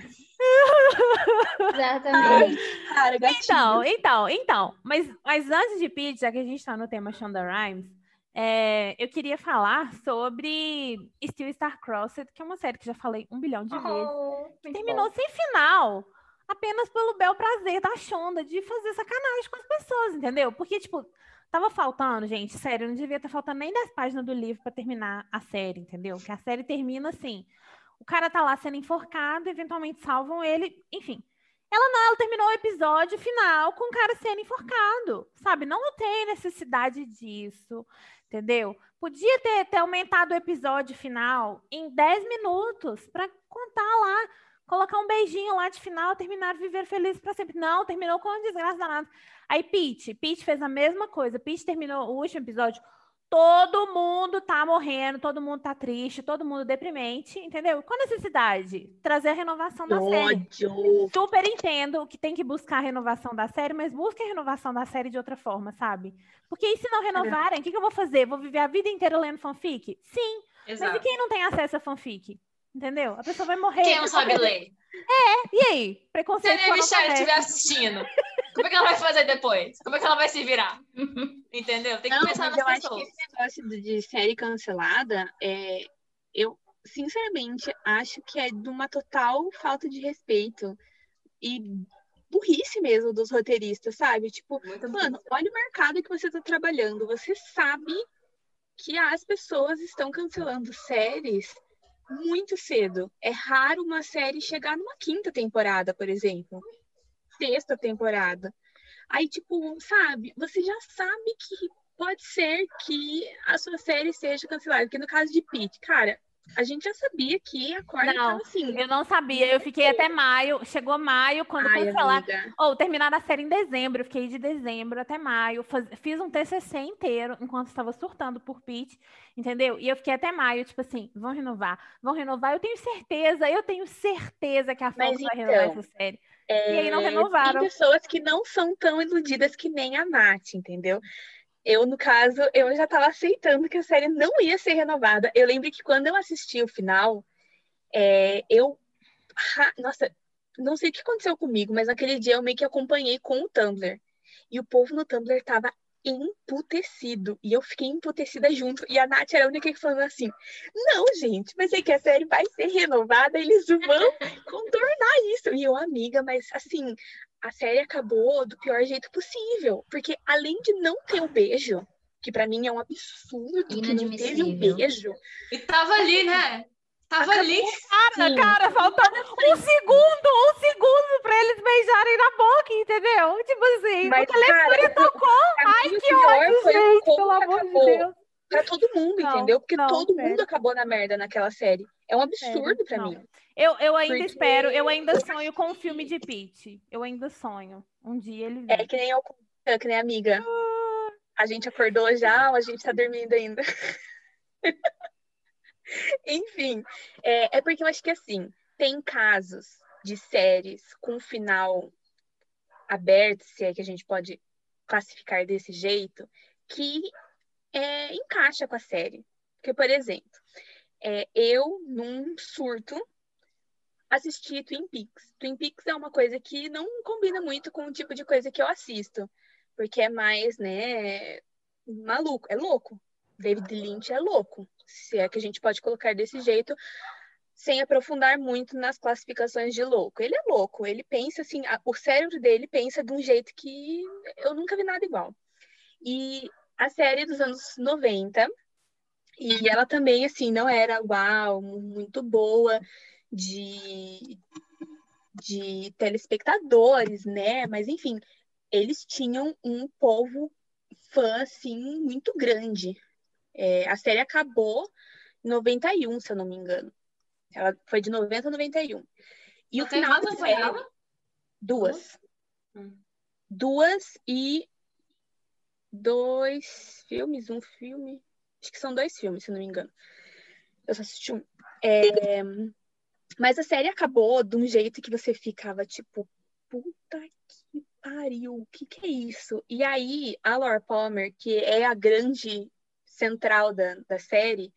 Exatamente. Cara, gatinho. Então. Mas antes de Peach, já que a gente tá no tema Shonda Rhimes, eu queria falar sobre Still Star-Crossed, que é uma série que já falei 1 bilhão de vezes. Muito Terminou bom. sem final, apenas pelo bel prazer da Shonda de fazer sacanagem com as pessoas, entendeu? Porque, tipo, tava faltando, gente, sério, não devia estar faltando nem 10 páginas do livro pra terminar a série, entendeu? Que a série termina assim, o cara tá lá sendo enforcado, eventualmente salvam ele, enfim. Ela terminou o episódio final com o cara sendo enforcado, sabe? Não tem necessidade disso, entendeu? Podia ter aumentado o episódio final em 10 minutos para contar lá, colocar um beijinho lá de final, terminar de viver feliz para sempre. Não, terminou com uma desgraça danada. Aí Peach fez a mesma coisa. Peach terminou o último episódio. Todo mundo tá morrendo, todo mundo tá triste, todo mundo deprimente, entendeu? Qual a necessidade? Trazer a renovação da série. Ódio. Super entendo que tem que buscar a renovação da série, mas busque a renovação da série de outra forma, sabe? Porque e se não renovarem, o que eu vou fazer? Vou viver a vida inteira lendo fanfic? Sim, mas e Exato. quem não tem acesso a fanfic? Entendeu? A pessoa vai morrer. Quem não sabe ler? E aí? Se a Preconceito com Nia a Michelle analfabeto. estiver assistindo, como é que ela vai fazer depois? Como é que ela vai se virar? Entendeu? Tem que Não, pensar mas nas eu acho que pessoas. esse negócio de série cancelada, eu sinceramente acho que é de uma total falta de respeito e burrice mesmo dos roteiristas, sabe? Tipo, Muito mano, olha o mercado que você tá trabalhando. Você sabe que as pessoas estão cancelando séries muito cedo. É raro uma série chegar numa 5ª temporada, por exemplo. 6ª temporada. Aí, tipo, sabe? Você já sabe que pode ser que a sua série seja cancelada. Porque no caso de Pete, cara, a gente já sabia que a Courtney Não, tava assim. eu não sabia. Eu fiquei até maio. Chegou maio, quando Ai, cancelaram. amiga. Terminaram a série em dezembro. Eu fiquei de dezembro até maio. Fiz um TCC inteiro enquanto estava surtando por Pete, entendeu? E eu fiquei até maio, tipo assim, vão renovar. Eu tenho certeza que a Fox Mas vai renovar então, essa série. E aí não tem renovaram. pessoas que não são tão iludidas que nem a Nath, entendeu? Eu, no caso, eu já tava aceitando que a série não ia ser renovada. Eu lembro que quando eu assisti o final, nossa, não sei o que aconteceu comigo, mas naquele dia eu meio que acompanhei com o Tumblr. E o povo no Tumblr tava emputecido. E eu fiquei emputecida junto. E a Nath era a única que falando assim: não, gente, mas é que a série vai ser renovada, eles vão contornar isso. E eu, amiga, mas assim, a série acabou do pior jeito possível. Porque além de não ter o beijo, que pra mim é um absurdo que não teve o Inadmissível. beijo. E tava ali, né? Tava ali. Cara, faltou um segundo pra eles beijarem na boca, entendeu? Tipo assim, Mas, o telefone cara, tocou. Ai, que ódio, foi gente, como pelo que amor de acabou. Deus. Pra todo mundo, Não, entendeu? Porque não, todo sério. mundo acabou na merda naquela série. É um absurdo pra Não. mim. Eu ainda Porque espero, eu ainda eu sonho com o filme de Peach. Eu ainda sonho. Um dia ele É vem. que nem eu, que nem a amiga. A gente acordou já ou a gente tá dormindo ainda? Enfim, é porque eu acho que assim, tem casos de séries com final aberto, se é que a gente pode classificar desse jeito, que encaixa com a série. Porque, por exemplo, eu, num surto, assisti Twin Peaks. Twin Peaks é uma coisa que não combina muito com o tipo de coisa que eu assisto, porque é mais, né, maluco, é louco. David Lynch é louco, se é que a gente pode colocar desse jeito, sem aprofundar muito nas classificações de louco. Ele é louco, ele pensa assim, o cérebro dele pensa de um jeito que eu nunca vi nada igual. E a série dos anos 90 E ela também, assim, não era, uau, muito boa de telespectadores, né? Mas, enfim, eles tinham um povo fã, assim, muito grande. A série acabou em 91, se eu não me engano. Ela foi de 90 a 91. E o Tem final quantas da série, temporadas? duas. Hum. 2 e 2 filmes, um filme. Acho que são 2 filmes, se eu não me engano. Eu só assisti um. Mas a série acabou de um jeito que você ficava tipo, puta que pariu, o que é isso? E aí, a Laura Palmer, que é a grande central da série,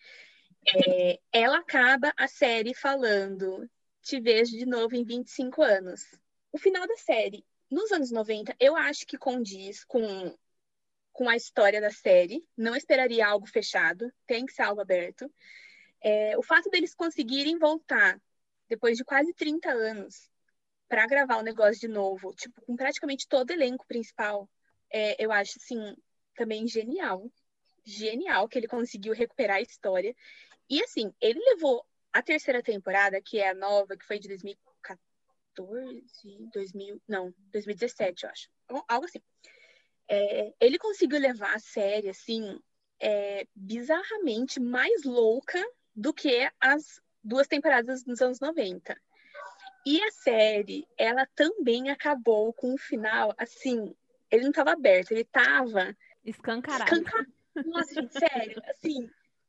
ela acaba a série falando: te vejo de novo em 25 anos. O final da série, nos anos 90, eu acho que condiz com a história da série. Não esperaria algo fechado, tem que ser algo aberto. O fato deles conseguirem voltar depois de quase 30 anos para gravar o negócio de novo, tipo, com praticamente todo o elenco principal, eu acho, assim, também genial. Genial que ele conseguiu recuperar a história. E, assim, ele levou a terceira temporada, que é a nova, que foi de 2014, 2017, eu acho. Algo assim. Ele conseguiu levar a série, assim, bizarramente mais louca do que as 2 temporadas nos anos 90. E a série, ela também acabou com um final, assim, ele não estava aberto, ele estava Escancarado. Nossa, gente, sério, assim.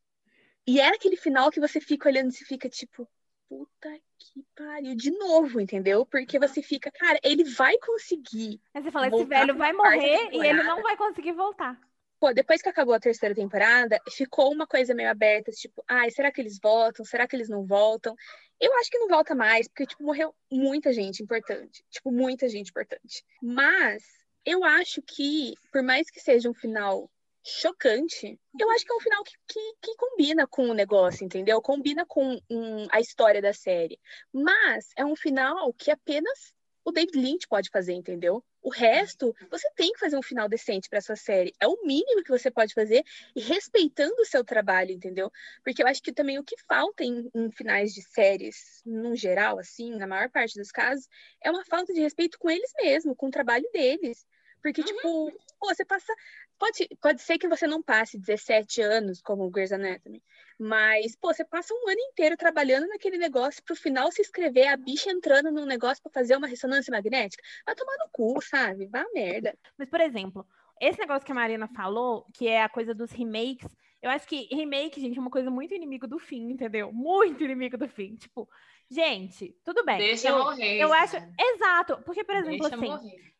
E era aquele final que você fica olhando e você fica tipo, puta que pariu, de novo, entendeu? Porque você fica, cara, ele vai conseguir Aí você fala, esse voltar velho pra vai uma quarta morrer e ele temporada. não vai conseguir voltar. Pô, depois que acabou a terceira temporada, ficou uma coisa meio aberta, tipo, ai, será que eles voltam? Será que eles não voltam? Eu acho que não volta mais, porque, tipo, morreu muita gente importante. Tipo, muita gente importante. Mas eu acho que, por mais que seja um final chocante, eu acho que é um final que combina com o negócio, entendeu? Combina com a história da série. Mas é um final que apenas o David Lynch pode fazer, entendeu? O resto, você tem que fazer um final decente para sua série. É o mínimo que você pode fazer e respeitando o seu trabalho, entendeu? Porque eu acho que também o que falta em finais de séries, no geral, assim, na maior parte dos casos, é uma falta de respeito com eles mesmos, com o trabalho deles. Porque, tipo, pô, você passa. Pode ser que você não passe 17 anos como o Grey's Anatomy, mas, pô, você passa um ano inteiro trabalhando naquele negócio pro final se inscrever a bicha entrando num negócio para fazer uma ressonância magnética. Vai tomar no cu, sabe? Vai a merda. Mas, por exemplo, esse negócio que a Marina falou, que é a coisa dos remakes, eu acho que remake, gente, é uma coisa muito inimigo do fim, entendeu? Muito inimigo do fim. Tipo, gente, tudo bem. Deixa morrer. Eu acho. Cara. Exato. Porque, por exemplo, Deixa assim, morrer.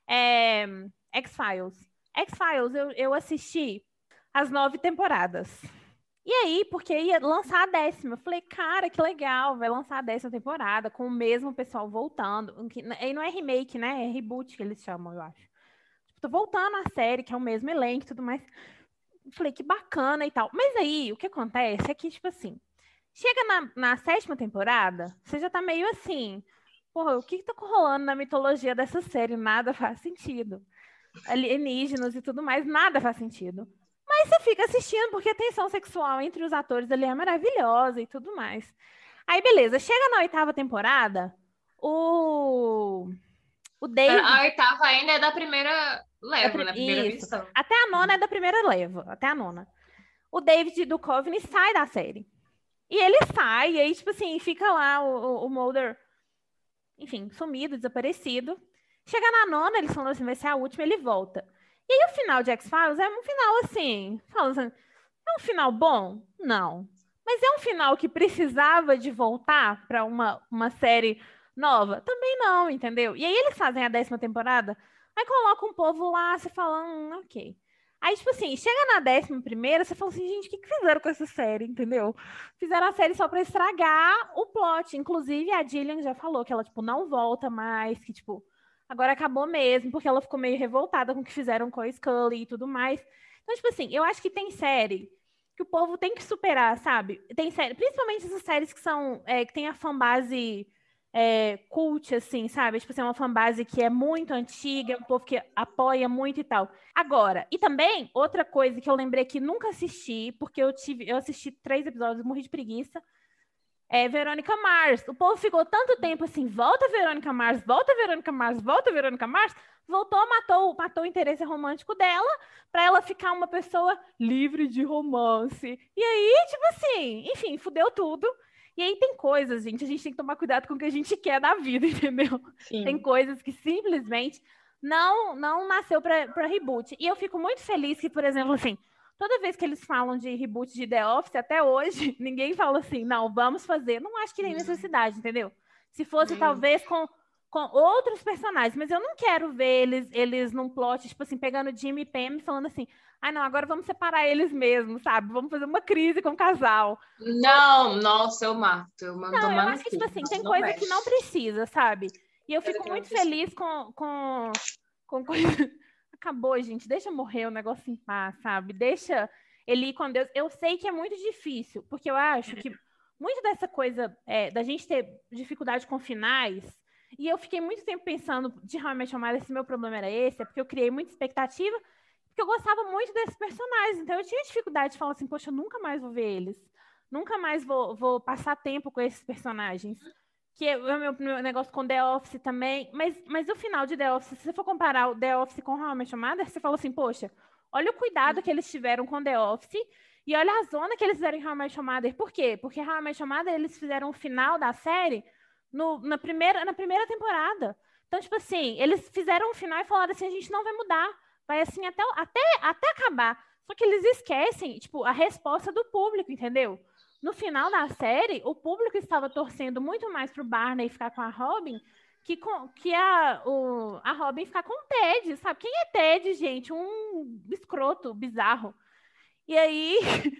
X-Files. X-Files, eu assisti as 9 temporadas. E aí, porque ia lançar a 10ª. Eu falei, cara, que legal, vai lançar a 10ª temporada, com o mesmo pessoal voltando. E não é remake, né? É reboot que eles chamam, eu acho. Tipo, tô voltando à série, que é o mesmo elenco e tudo mais. Eu falei, que bacana e tal. Mas aí, o que acontece é que, tipo assim, chega na 7ª temporada, você já tá meio assim, porra, o que tá rolando na mitologia dessa série? Nada faz sentido. Alienígenas e tudo mais, nada faz sentido. Mas você fica assistindo porque a tensão sexual entre os atores ali é maravilhosa e tudo mais. Aí, beleza, chega na 8ª temporada, o David... A 8ª ainda é da primeira leva, né? Primeira Isso. missão. Até a 9ª é da primeira leva, até a 9ª. O David Duchovny sai da série. E ele sai, e aí, tipo assim, fica lá o Mulder, enfim, sumido, desaparecido. Chega na 9ª, eles falam assim, vai ser a última, ele volta. E aí o final de X-Files é um final assim, é um final bom? Não. Mas é um final que precisava de voltar para uma série nova? Também não, entendeu? E aí eles fazem a 10ª temporada, aí colocam um povo lá, você fala, ok. Aí, tipo assim, chega na 11ª, você fala assim, gente, o que fizeram com essa série, entendeu? Fizeram a série só pra estragar o plot. Inclusive, a Gillian já falou que ela, tipo, não volta mais, que, tipo, agora acabou mesmo, porque ela ficou meio revoltada com o que fizeram com a Scully e tudo mais. Então, tipo assim, eu acho que tem série que o povo tem que superar, sabe? Tem série, principalmente essas séries que são, que tem a fanbase cult, assim, sabe? Tipo assim, uma fanbase que é muito antiga, um povo que apoia muito e tal. Agora, e também, outra coisa que eu lembrei que nunca assisti, porque eu assisti 3 episódios, morri de preguiça, é Verônica Mars. O povo ficou tanto tempo assim, volta Verônica Mars, volta Verônica Mars, volta Verônica Mars, voltou, matou o interesse romântico dela pra ela ficar uma pessoa livre de romance. E aí, tipo assim, enfim, fudeu tudo. E aí tem coisas, gente, a gente tem que tomar cuidado com o que a gente quer na vida, entendeu? Sim. Tem coisas que simplesmente não nasceu pra reboot. E eu fico muito feliz que, por exemplo, assim, toda vez que eles falam de reboot de The Office, até hoje, ninguém fala assim, não, vamos fazer. Não acho que tem necessidade, entendeu? Se fosse, talvez, com outros personagens. Mas eu não quero ver eles num plot, tipo assim, pegando Jimmy e Pam e falando assim, não, agora vamos separar eles mesmos, sabe? Vamos fazer uma crise com o casal. Não, nossa, eu mato. Eu mando Não, eu tomar no acho que, cu. tipo assim, tem Não coisa mexe. que não precisa, sabe? E eu fico que não muito precisa. feliz com coisa... Acabou, gente. Deixa morrer o negócio em paz, sabe? Deixa ele ir com Deus. Eu sei que é muito difícil, porque eu acho que muito dessa coisa da gente ter dificuldade com finais, e eu fiquei muito tempo pensando de How I Met Your Mother, se meu problema era esse, é porque eu criei muita expectativa, porque eu gostava muito desses personagens, então eu tinha dificuldade de falar assim, poxa, eu nunca mais vou ver eles. Nunca mais vou passar tempo com esses personagens. Que é o meu negócio com The Office também. Mas o final de The Office, se você for comparar o The Office com How I Met Your Mother, você fala assim, poxa, olha o cuidado que eles tiveram com The Office e olha a zona que eles fizeram em How I Met Your Mother. Por quê? Porque How I Met Your Mother, eles fizeram o final da série na primeira temporada. Então, tipo assim, eles fizeram um final e falaram assim, a gente não vai mudar. Vai assim até acabar. Só que eles esquecem, tipo, a resposta do público, entendeu? No final da série, o público estava torcendo muito mais pro Barney ficar com a Robin que a Robin ficar com o Ted, sabe? Quem é Ted, gente? Um escroto bizarro. E aí...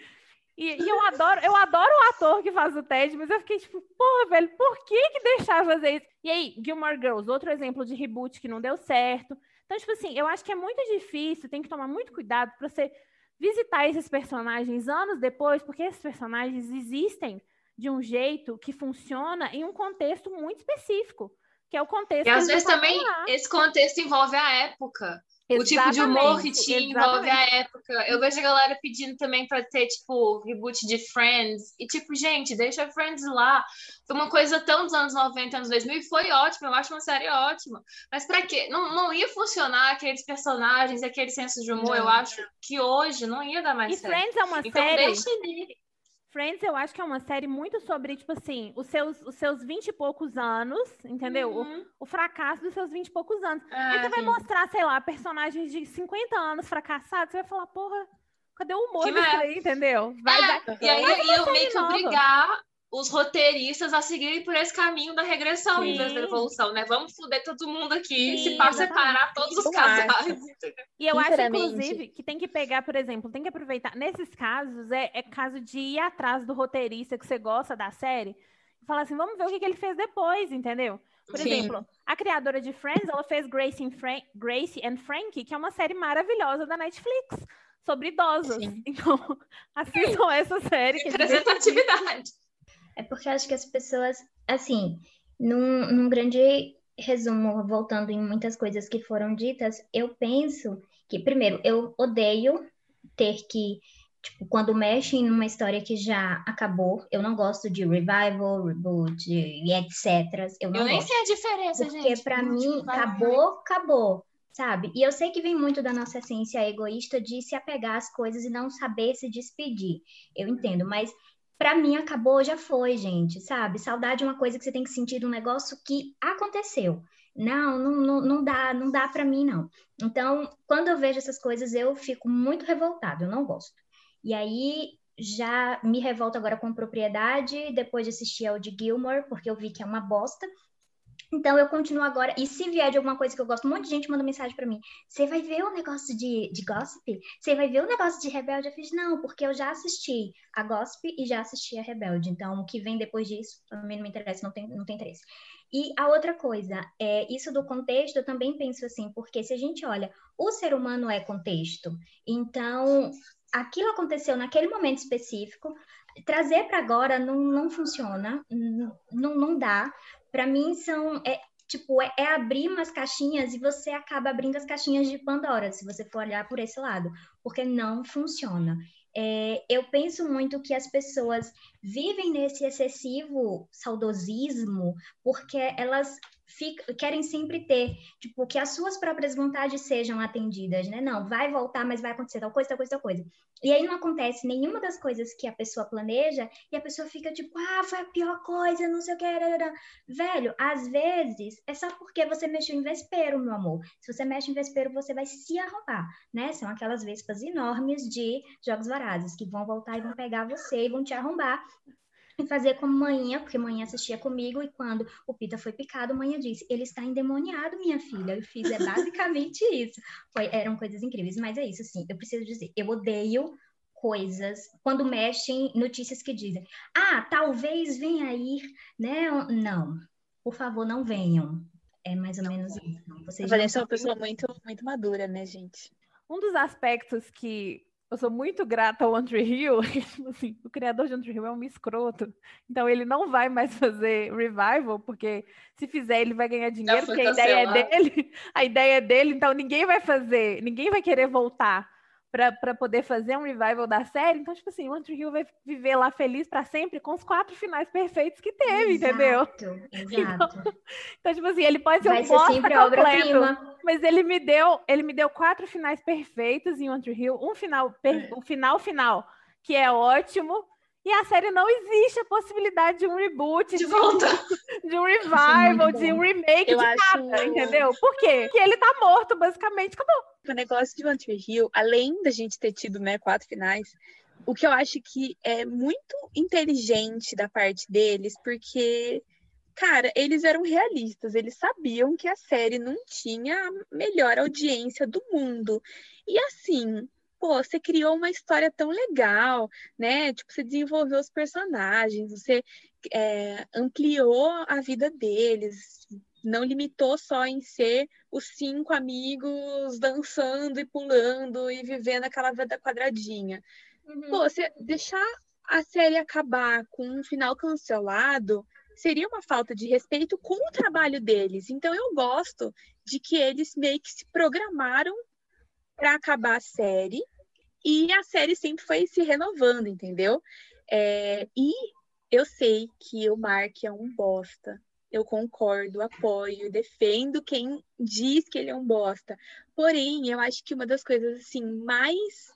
E eu adoro o ator que faz o Ted, mas eu fiquei tipo, porra, velho, por que deixar fazer isso? E aí, Gilmore Girls, outro exemplo de reboot que não deu certo. Então, tipo assim, eu acho que é muito difícil, tem que tomar muito cuidado para você visitar esses personagens anos depois, porque esses personagens existem de um jeito que funciona em um contexto muito específico, que é o contexto E que às eles vezes também lá. esse contexto envolve a época. O tipo de humor que tinha envolve a época. Eu vejo a galera pedindo também pra ter, tipo, reboot de Friends. E, tipo, gente, deixa Friends lá. Foi uma coisa tão dos anos 90, anos 2000, e foi ótimo. Eu acho uma série ótima. Mas pra quê? Não ia funcionar aqueles personagens, aquele senso de humor. Eu acho que hoje não ia dar mais E certo. Friends é uma então, série... deixa ele. Friends, eu acho que é uma série muito sobre, tipo assim, os seus 20 e poucos anos, entendeu? O fracasso dos seus 20 e poucos anos. Aí você vai mostrar, sei lá, personagens de 50 anos fracassados, você vai falar, porra, cadê o humor disso aí, entendeu? E aí eu meio que obrigar os roteiristas a seguirem por esse caminho da regressão em vez da evolução, né? Vamos foder todo mundo aqui, se pá, separar todos os casais. E eu acho, inclusive, que tem que pegar, por exemplo, tem que aproveitar. Nesses casos, é caso de ir atrás do roteirista que você gosta da série e falar assim, vamos ver o que ele fez depois, entendeu? Por exemplo, a criadora de Friends, ela fez Gracie and Frankie, que é uma série maravilhosa da Netflix, sobre idosos. Então, assistam essa série. Que representatividade. É porque eu acho que as pessoas, assim, num grande resumo, voltando em muitas coisas que foram ditas, eu penso que, primeiro, eu odeio ter que, tipo, quando mexem numa história que já acabou, eu não gosto de revival, reboot e etc. Eu nem sei a diferença, porque, gente. Porque, pra mim, acabou. Sabe? E eu sei que vem muito da nossa essência egoísta de se apegar às coisas e não saber se despedir. Eu entendo, mas pra mim acabou, já foi, gente, sabe? Saudade é uma coisa que você tem que sentir de um negócio que aconteceu. Não dá pra mim, não. Então, quando eu vejo essas coisas, eu fico muito revoltada, eu não gosto. E aí, já me revolto agora com propriedade, depois de assistir ao de Gilmore, porque eu vi que é uma bosta. Então, eu continuo agora. E se vier de alguma coisa que eu gosto, um monte de gente manda mensagem pra mim. Você vai ver o negócio de Gossip? Você vai ver o negócio de Rebelde? Eu fiz, não, porque eu já assisti a Gossip e já assisti a Rebelde. Então, o que vem depois disso, também não me interessa, não tem interesse. E a outra coisa, isso do contexto, eu também penso assim, porque se a gente olha, o ser humano é contexto. Então, aquilo aconteceu naquele momento específico, trazer para agora não funciona, não dá. Pra mim é abrir umas caixinhas e você acaba abrindo as caixinhas de Pandora, se você for olhar por esse lado, porque não funciona. Eu penso muito que as pessoas vivem nesse excessivo saudosismo porque elas querem sempre ter, tipo, que as suas próprias vontades sejam atendidas, né? Não, vai voltar, mas vai acontecer tal coisa, tal coisa, tal coisa. E aí não acontece nenhuma das coisas que a pessoa planeja e a pessoa fica tipo, foi a pior coisa, não sei o que. Velho, às vezes é só porque você mexeu em vespeiro, meu amor. Se você mexe em vespeiro, você vai se arrombar, né? São aquelas vespas enormes de Jogos Vorazes que vão voltar e vão pegar você e vão te arrombar. E fazer como manhã, porque manhã assistia comigo, e quando o Pita foi picado, manhã disse, ele está endemoniado, minha filha. Eu fiz basicamente isso. Eram coisas incríveis, mas é isso, sim. Eu preciso dizer, eu odeio coisas, quando mexem notícias que dizem, talvez venha aí, né? Não, por favor, não venham. É mais ou menos isso. A Vanessa é uma pessoa muito, muito madura, né, gente? Um dos aspectos que eu sou muito grata ao One Tree Hill, tipo assim, o criador de One Tree Hill é um escroto, então ele não vai mais fazer revival, porque se fizer ele vai ganhar dinheiro, porque a ideia é dele, então ninguém vai querer voltar para poder fazer um revival da série. Então, tipo assim, o One Tree Hill vai viver lá feliz para sempre com os 4 finais perfeitos que teve, entendeu? Exato. Então, tipo assim, ele pode ser vai um ser bosta sempre completo, obra-prima. mas ele me deu 4 finais perfeitos em One Tree Hill, um final, que é ótimo, e a série não existe a possibilidade de um reboot, de volta, de um revival, de um remake, nada, entendeu? Por quê? Porque ele tá morto, basicamente, acabou. O negócio de One Tree Hill, além da gente ter tido, né, 4 finais, o que eu acho que é muito inteligente da parte deles, porque, cara, eles eram realistas, eles sabiam que a série não tinha a melhor audiência do mundo. E assim, você criou uma história tão legal, né? Tipo, você desenvolveu os personagens, você ampliou a vida deles, não limitou só em ser os 5 amigos dançando e pulando e vivendo aquela vida quadradinha. Você deixar a série acabar com um final cancelado seria uma falta de respeito com o trabalho deles. Então eu gosto de que eles meio que se programaram para acabar a série e a série sempre foi se renovando, entendeu? E eu sei que o Mark é um bosta. Eu concordo, apoio, defendo quem diz que ele é um bosta. Porém, eu acho que uma das coisas assim mais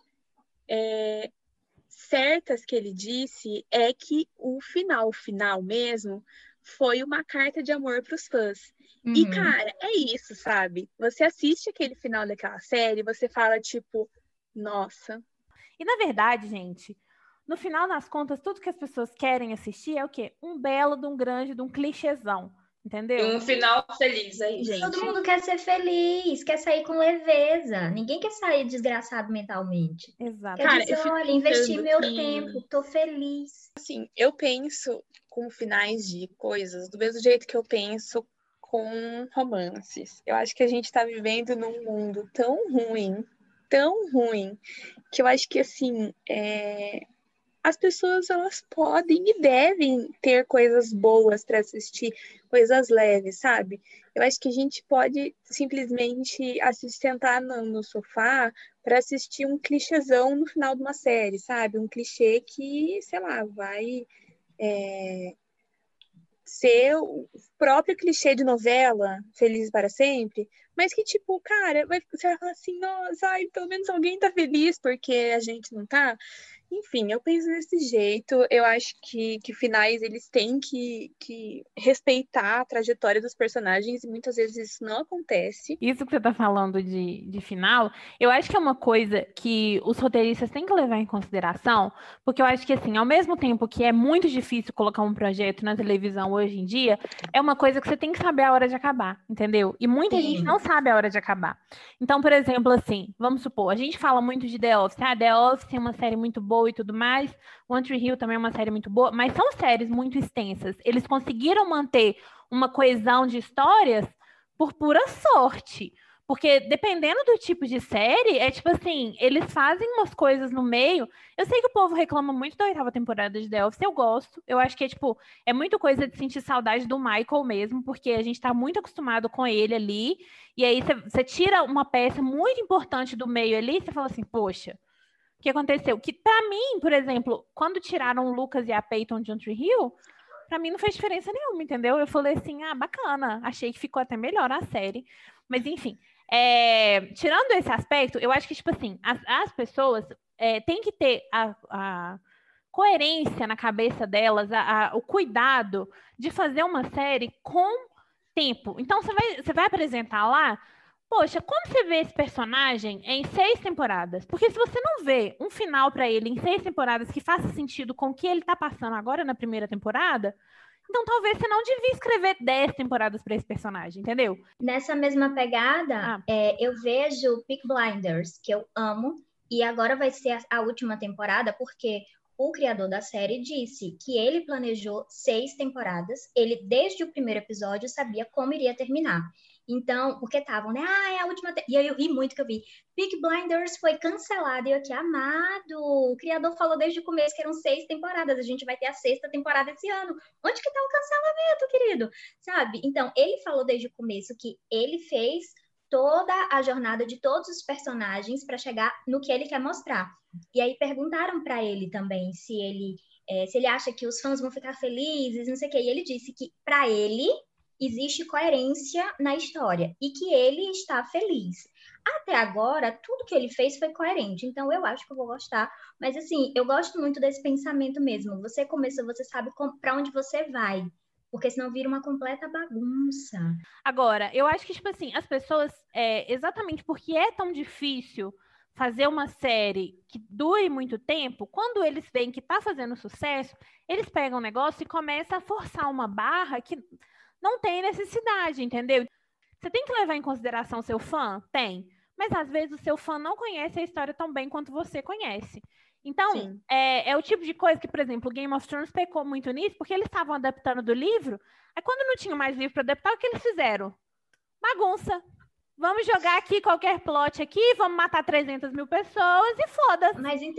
certas que ele disse é que o final mesmo foi uma carta de amor para os fãs. E, cara, é isso, sabe? Você assiste aquele final daquela série, você fala, tipo, nossa. E, na verdade, gente, no final das contas, tudo que as pessoas querem assistir é o quê? Um belo, de um grande, de um clichêzão. Entendeu? Um final feliz aí, gente. Todo mundo quer ser feliz, quer sair com leveza. Ninguém quer sair desgraçado mentalmente. Exato. Quer dizer, olha, investi meu tempo, tô feliz. Assim, eu penso com finais de coisas do mesmo jeito que eu penso com romances. Eu acho que a gente tá vivendo num mundo tão ruim, que eu acho que, assim, as pessoas, elas podem e devem ter coisas boas para assistir, coisas leves, sabe? Eu acho que a gente pode simplesmente sentar no sofá para assistir um clichêzão no final de uma série, sabe? Um clichê que, sei lá, vai ser o próprio clichê de novela, Felizes para Sempre, mas que, tipo, cara, você vai falar assim, nossa, pelo menos alguém tá feliz porque a gente não tá. Enfim, eu penso desse jeito. Eu acho que finais, eles têm que respeitar a trajetória dos personagens e muitas vezes isso não acontece. Isso que você tá falando de final, eu acho que é uma coisa que os roteiristas têm que levar em consideração, porque eu acho que, assim, ao mesmo tempo que é muito difícil colocar um projeto na televisão hoje em dia, é uma coisa que você tem que saber a hora de acabar, entendeu? E muita gente não sabe a hora de acabar. Então, por exemplo, assim, vamos supor, a gente fala muito de The Office, The Office é uma série muito boa e tudo mais, One Tree Hill também é uma série muito boa, mas são séries muito extensas. Eles conseguiram manter uma coesão de histórias por pura sorte, Porque dependendo do tipo de série, é tipo assim, eles fazem umas coisas no meio. Eu sei que o povo reclama muito da 8ª temporada de The Office, eu gosto. Eu acho que tipo, é muito coisa de sentir saudade do Michael mesmo, porque a gente tá muito acostumado com ele ali. E aí você tira uma peça muito importante do meio ali, você fala assim, poxa, o que aconteceu? Que pra mim, por exemplo, quando tiraram o Lucas e a Peyton de Tree Hill, pra mim não fez diferença nenhuma, entendeu? Eu falei assim, bacana, achei que ficou até melhor a série. Mas enfim, tirando esse aspecto, eu acho que, tipo assim, as pessoas têm que ter a coerência na cabeça delas, o cuidado de fazer uma série com tempo. Então, você vai apresentar lá, poxa, como você vê esse personagem em 6 temporadas? Porque se você não vê um final para ele em 6 temporadas que faça sentido com o que ele tá passando agora na primeira temporada, então talvez você não devia escrever 10 temporadas para esse personagem, entendeu? Nessa mesma pegada, eu vejo Peaky Blinders, que eu amo, e agora vai ser a última temporada, porque o criador da série disse que ele planejou 6 temporadas, ele desde o primeiro episódio sabia como iria terminar. Então, porque estavam, né? É a última. E aí eu ri muito que eu vi. Peaky Blinders foi cancelado. E eu aqui, amado. O criador falou desde o começo que eram 6 temporadas. A gente vai ter a 6ª temporada esse ano. Onde que tá o cancelamento, querido? Sabe? Então, ele falou desde o começo que ele fez toda a jornada de todos os personagens para chegar no que ele quer mostrar. E aí perguntaram para ele também se ele acha que os fãs vão ficar felizes, não sei o quê. E ele disse que, para ele, existe coerência na história e que ele está feliz. Até agora, tudo que ele fez foi coerente, então eu acho que eu vou gostar. Mas assim, eu gosto muito desse pensamento mesmo. Você começou, você sabe para onde você vai, porque senão vira uma completa bagunça. Agora, eu acho que, tipo assim, as pessoas, exatamente porque é tão difícil fazer uma série que dure muito tempo, quando eles veem que tá fazendo sucesso, eles pegam o negócio e começam a forçar uma barra que não tem necessidade, entendeu? Você tem que levar em consideração seu fã? Tem. Mas às vezes o seu fã não conhece a história tão bem quanto você conhece. Então, é o tipo de coisa que, por exemplo, Game of Thrones pecou muito nisso, porque eles estavam adaptando do livro, aí quando não tinha mais livro para adaptar, o que eles fizeram? Bagunça. Vamos jogar aqui qualquer plot aqui, vamos matar 300 mil pessoas e foda-se.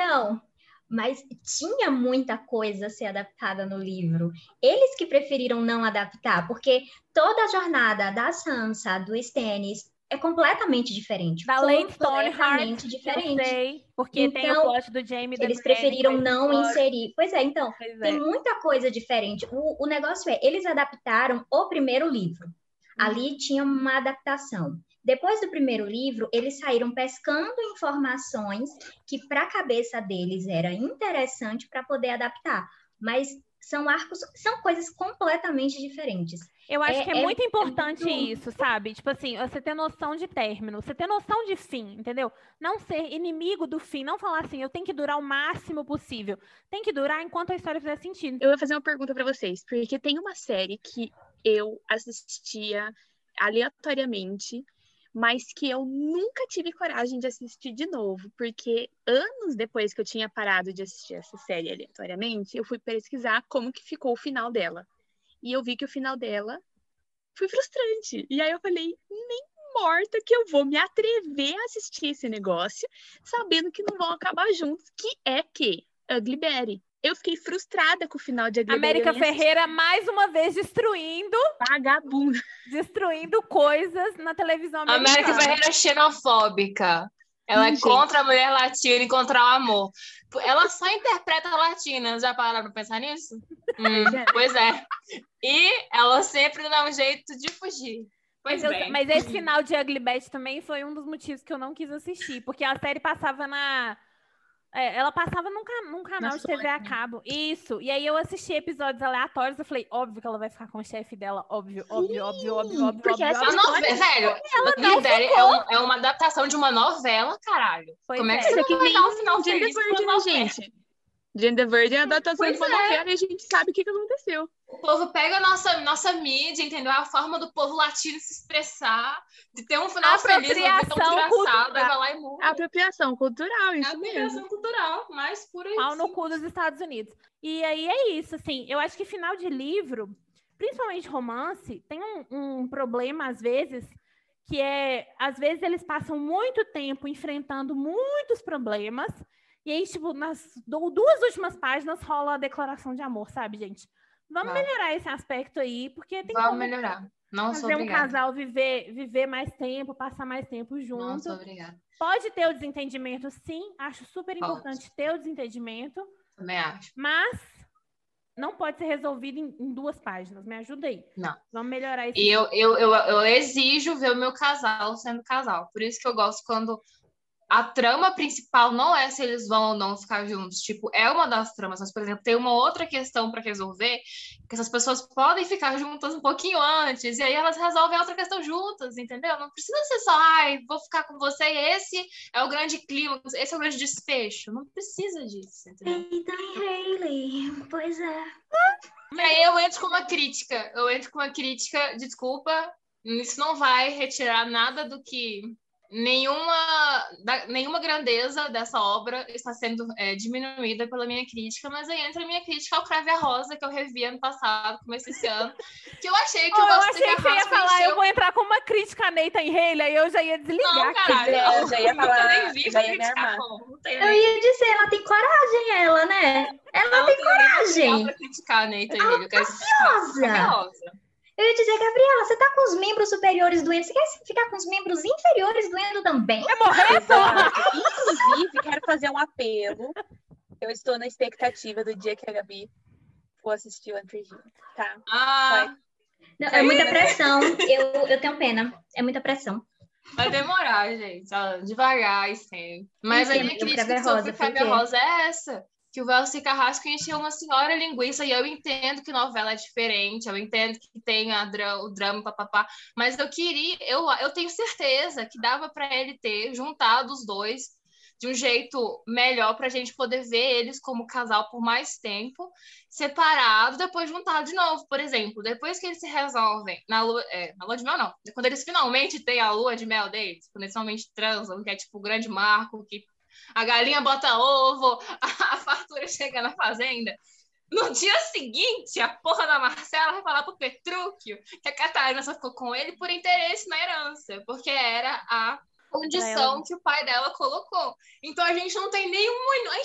Mas tinha muita coisa a ser adaptada no livro. Eles que preferiram não adaptar, porque toda a jornada da Sansa, do Stannis, é completamente diferente. Da Lady Stoneheart, diferente. Eu sei, porque então, tem o plot do Jaime. Eles preferiram não inserir. Pois é, então, tem muita coisa diferente. O negócio eles adaptaram o primeiro livro. Ali tinha uma adaptação. Depois do primeiro livro, eles saíram pescando informações que para a cabeça deles era interessante para poder adaptar. Mas são arcos, são coisas completamente diferentes. Eu acho que é muito importante isso, sabe? Tipo assim, você ter noção de término, você ter noção de fim, entendeu? Não ser inimigo do fim, não falar assim, eu tenho que durar o máximo possível. Tem que durar enquanto a história fizer sentido. Eu vou fazer uma pergunta para vocês, porque tem uma série que eu assistia aleatoriamente, mas que eu nunca tive coragem de assistir de novo, porque anos depois que eu tinha parado de assistir essa série aleatoriamente, eu fui pesquisar como que ficou o final dela. E eu vi que o final dela foi frustrante. E aí eu falei, nem morta que eu vou me atrever a assistir esse negócio, sabendo que não vão acabar juntos, que é Ugly Betty. Eu fiquei frustrada com o final de Ugly Betty. América Ferreira, mais uma vez, destruindo... Vagabunda. Destruindo coisas na televisão americana. América Ferreira é xenofóbica. Ela é contra a mulher latina e contra o amor. Ela só interpreta latinas. Já pararam pra pensar nisso? Pois é. E ela sempre dá um jeito de fugir. Mas esse final de Ugly Betty também foi um dos motivos que eu não quis assistir. Porque a série passava na... ela passava num canal de TV a cabo. Isso. E aí eu assisti episódios aleatórios. Eu falei, óbvio que ela vai ficar com o chefe dela. Óbvio. Porque essa novela, velho, é uma adaptação de uma novela, caralho. Como é que você não vai dar um final feliz pra uma gente? Jane the Virgin é a adaptação de uma novela e a gente sabe o que aconteceu. O povo pega a nossa mídia, entendeu? A forma do povo latino se expressar, de ter um final feliz, uma vida tão desgraçada, vai lá e muda. Apropriação cultural, isso mesmo. Apropriação cultural, mais pura isso. Pau no cu dos Estados Unidos. E aí é isso, assim, eu acho que final de livro, principalmente romance, tem um problema, às vezes, que às vezes eles passam muito tempo enfrentando muitos problemas, e aí, tipo, nas 2 últimas páginas rola a declaração de amor, sabe, gente? Vamos melhorar esse aspecto aí, porque tem Vamos como melhorar. Não sou fazer um obrigada. casal viver mais tempo, passar mais tempo Não junto. sou obrigada. Pode ter o desentendimento, sim. Acho super importante ter o desentendimento. Também acho. Mas não pode ser resolvido em 2 páginas. Me ajuda aí. Não. Vamos melhorar isso. E eu exijo ver o meu casal sendo casal. Por isso que eu gosto quando a trama principal não é se eles vão ou não ficar juntos. Tipo, é uma das tramas. Mas, por exemplo, tem uma outra questão para resolver, que essas pessoas podem ficar juntas um pouquinho antes, e aí elas resolvem a outra questão juntas, entendeu? Não precisa ser só, vou ficar com você, e esse é o grande clímax, esse é o grande desfecho. Não precisa disso, entendeu? Eita, Hailey. Pois é. E aí eu entro com uma crítica, desculpa, isso não vai retirar nada do que nenhuma grandeza dessa obra está sendo diminuída pela minha crítica, mas aí entra a minha crítica ao Crave a Rosa, que eu revi ano passado, comecei esse ano, que eu achei que eu achei que você ia falar, eu vou entrar com uma crítica a Nathan Haley, aí eu já ia desligar. Não, caralho, eu já ia falar, nem vi já ia me criticar armar. Eu ia dizer, ela tem coragem, ela, né? Ela tem coragem. Pra criticar a Nathan Haley, eu quero criticar a Rosa. Eu ia dizer, Gabriela, você tá com os membros superiores doendo, você quer ficar com os membros inferiores doendo também? É morrer, Exato. Inclusive, quero fazer um apelo. Eu estou na expectativa do dia que a Gabi for assistir o Antergino, tá? Não, é muita pressão. Eu tenho pena. É muita pressão. Vai demorar, gente. Devagar e sempre. Mas a minha crítica sobre o Crave a Rosa é essa. Que o Velci Carrasco encheu uma senhora linguiça, e eu entendo que novela é diferente, eu entendo que tem o drama, papapá, mas eu tenho certeza que dava para ele ter juntado os dois de um jeito melhor pra gente poder ver eles como casal por mais tempo, separado, depois juntado de novo. Por exemplo, depois que eles se resolvem na lua de mel, não. Quando eles finalmente têm a lua de mel deles, quando eles finalmente transam, que é tipo o grande marco, que a galinha bota ovo, a fartura chega na fazenda. No dia seguinte, a porra da Marcela vai falar pro Petrúquio que a Catarina só ficou com ele por interesse na herança, porque era a condição que o pai dela colocou. Então a gente não tem nenhum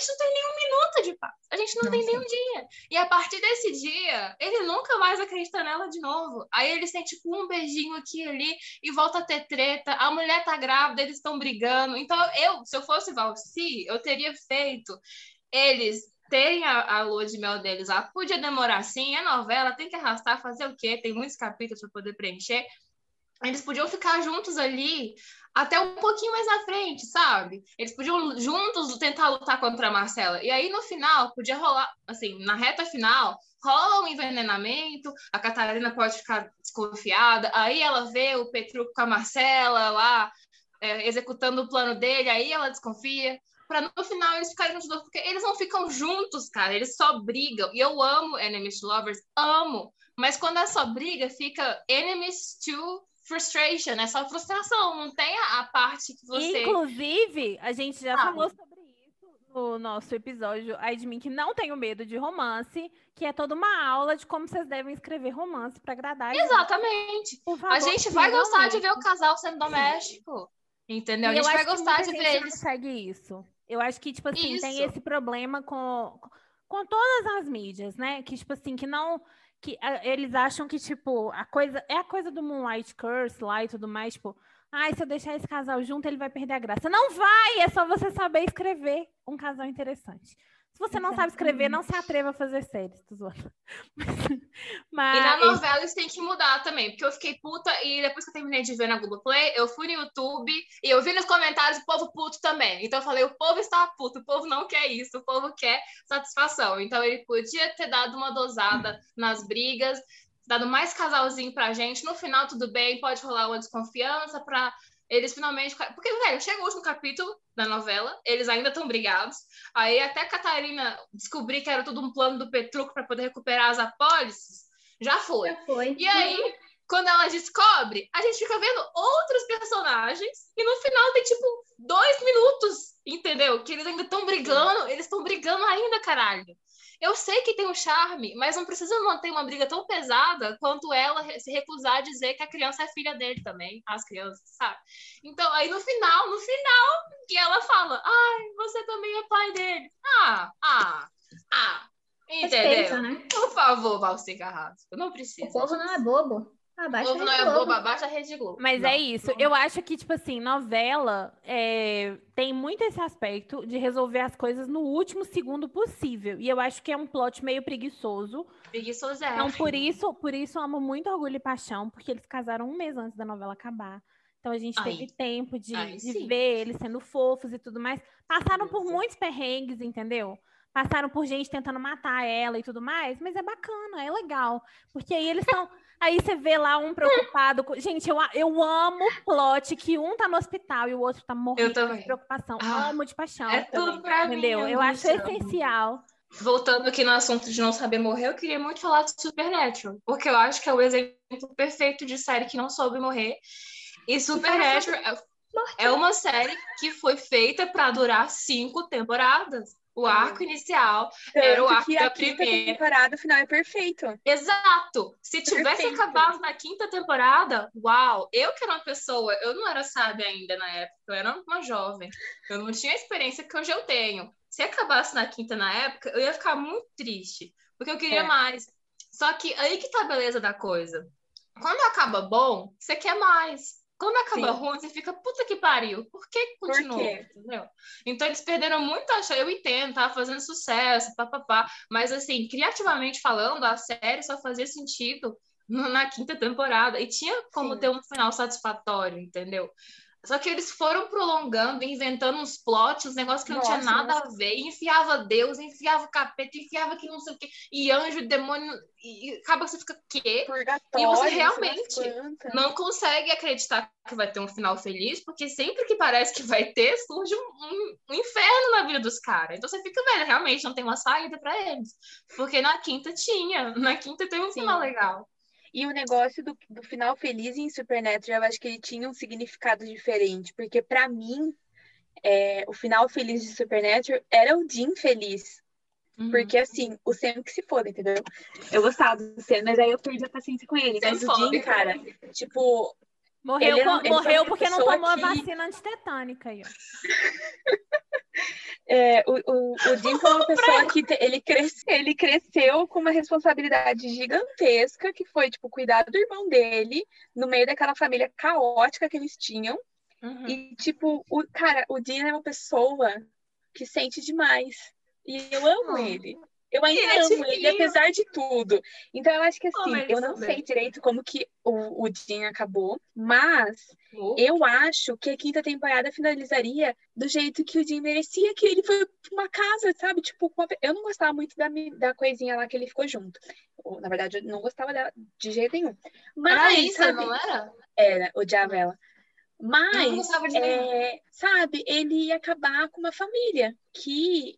minuto de paz. A gente não tem nenhum dia. E a partir desse dia, ele nunca mais acredita nela de novo. Aí eles têm tipo um beijinho aqui e ali e volta a ter treta. A mulher tá grávida, eles estão brigando. Então se eu fosse Valci, eu teria feito eles terem a lua de mel deles. Podia demorar sim, é novela, tem que arrastar, fazer o quê? Tem muitos capítulos para poder preencher. Eles podiam ficar juntos ali até um pouquinho mais na frente, sabe? Eles podiam juntos tentar lutar contra a Marcela. E aí, no final, podia rolar, assim, na reta final, rola um envenenamento, a Catarina pode ficar desconfiada, aí ela vê o Petrúquio com a Marcela lá, executando o plano dele, aí ela desconfia, para no final eles ficarem juntos, porque eles não ficam juntos, cara, eles só brigam. E eu amo Enemies to Lovers, amo, mas quando é só briga, fica Enemies to Frustration, é só frustração, não tem a parte que você... Inclusive, a gente já falou sobre isso no nosso episódio Ai de Mim, que não tenho medo de romance, que é toda uma aula de como vocês devem escrever romance para agradar. Exatamente. A gente vai gostar de ver o casal sendo doméstico, entendeu? A gente vai gostar de ver eles. Consegue isso. Eu acho que, tipo assim, tem esse problema com todas as mídias, né? Que, tipo assim, que não... que eles acham que, tipo, a coisa do Moonlight Curse lá e tudo mais, tipo, se eu deixar esse casal junto, ele vai perder a graça. Não vai! É só você saber escrever um casal interessante. Se você não sabe escrever, não se atreva a fazer séries, tô zoando. Mas... E na novela isso tem que mudar também, porque eu fiquei puta e depois que eu terminei de ver na Globoplay, eu fui no YouTube e eu vi nos comentários o povo puto também. Então eu falei, o povo está puto, o povo não quer isso, o povo quer satisfação. Então ele podia ter dado uma dosada nas brigas, dado mais casalzinho pra gente. No final, tudo bem, pode rolar uma desconfiança pra eles finalmente... Porque, velho, chega o último capítulo da novela, eles ainda estão brigados. Aí até a Catarina descobrir que era tudo um plano do Petrúquio para poder recuperar as apólices, já foi. E aí, quando ela descobre, a gente fica vendo outros personagens e no final tem, tipo, 2 minutos, entendeu? Que eles ainda estão brigando, eles estão brigando ainda, caralho. Eu sei que tem um charme, mas não precisa manter uma briga tão pesada quanto ela se recusar a dizer que a criança é filha dele também, as crianças, sabe? Então, aí no final, que ela fala, ai, você também é pai dele. Respeita, Entendeu? né? Por favor, Valci Carrasco, não O precisa povo não é bobo. O Abaixa a povo não Rede é Globo. bobo, abaixa a Rede Globo. Mas Não, é isso. não. Eu acho que, tipo assim, novela tem muito esse aspecto de resolver as coisas no último segundo possível. E eu acho que é um plot meio preguiçoso. Preguiçoso é. Então, por isso eu amo muito Orgulho e Paixão, porque eles casaram um mês antes da novela acabar. Então a gente teve tempo de sim. ver eles sendo fofos e tudo mais. Passaram por muitos perrengues, entendeu? Passaram por gente tentando matar ela e tudo mais, mas é bacana, é legal. Porque aí eles estão. Aí você vê lá um preocupado. Gente, eu amo plot que um tá no hospital e o outro tá morrendo de preocupação. Amo de paixão. É tudo pra entendeu? mim. Eu acho essencial. Voltando aqui no assunto de não saber morrer, eu queria muito falar de Supernatural, porque eu acho que é o exemplo perfeito de série que não soube morrer. E Supernatural é uma série que foi feita para durar 5 temporadas. O arco inicial era o arco da primeira temporada, o final é perfeito. Exato! Se tivesse acabado na 5ª temporada, uau! Eu que era uma pessoa, eu não era sábia ainda na época, eu era uma jovem, eu não tinha a experiência que hoje eu tenho. Se acabasse na 5ª na época, eu ia ficar muito triste, porque eu queria mais. Só que aí que tá a beleza da coisa. Quando acaba bom, você quer mais. Quando acaba ruim, você fica, puta que pariu. Por que continuou? Por quê? Entendeu? Então eles perderam muito a chance. Eu entendo, tava fazendo sucesso, papapá. Mas assim, criativamente falando, a série só fazia sentido na 5ª temporada. E tinha como ter um final satisfatório, entendeu? Só que eles foram prolongando, inventando uns plots, uns negócios que não tinha nada a ver. E enfiava Deus, enfiava o capeta, enfiava que não sei o quê. E anjo, demônio. E acaba que você fica, quê? Purgatório, e você realmente não consegue acreditar que vai ter um final feliz, porque sempre que parece que vai ter, surge um inferno na vida dos caras. Então você fica, velho, realmente não tem uma saída pra eles. Porque na 5ª tinha. Na 5ª tem um final legal. E o negócio do final feliz em Supernatural, eu acho que ele tinha um significado diferente. Porque, pra mim, o final feliz de Supernatural era o Dean feliz. Porque, assim, o Sam que se foda, entendeu? Eu gostava do Sam, mas aí eu perdi a paciência com ele. Mas o Dean, cara, tipo... Morreu porque não tomou a vacina antitetânica aí, ó. O Dean foi uma pessoa que ele cresceu com uma responsabilidade gigantesca, que foi, tipo, cuidar do irmão dele, no meio daquela família caótica que eles tinham. E, tipo, o Dean é uma pessoa que sente demais. E eu amo ele. Eu ainda amo ele, apesar de tudo. Então, eu acho que, assim, eu não sei direito como que o Dean acabou, mas eu acho que a 5ª temporada finalizaria do jeito que o Dean merecia, que ele foi pra uma casa, sabe? Tipo, eu não gostava muito da coisinha lá que ele ficou junto. Na verdade, eu não gostava dela de jeito nenhum. Mas, era isso, sabe? Não era? Era, odiava ela. Mas, sabe, ele ia acabar com uma família que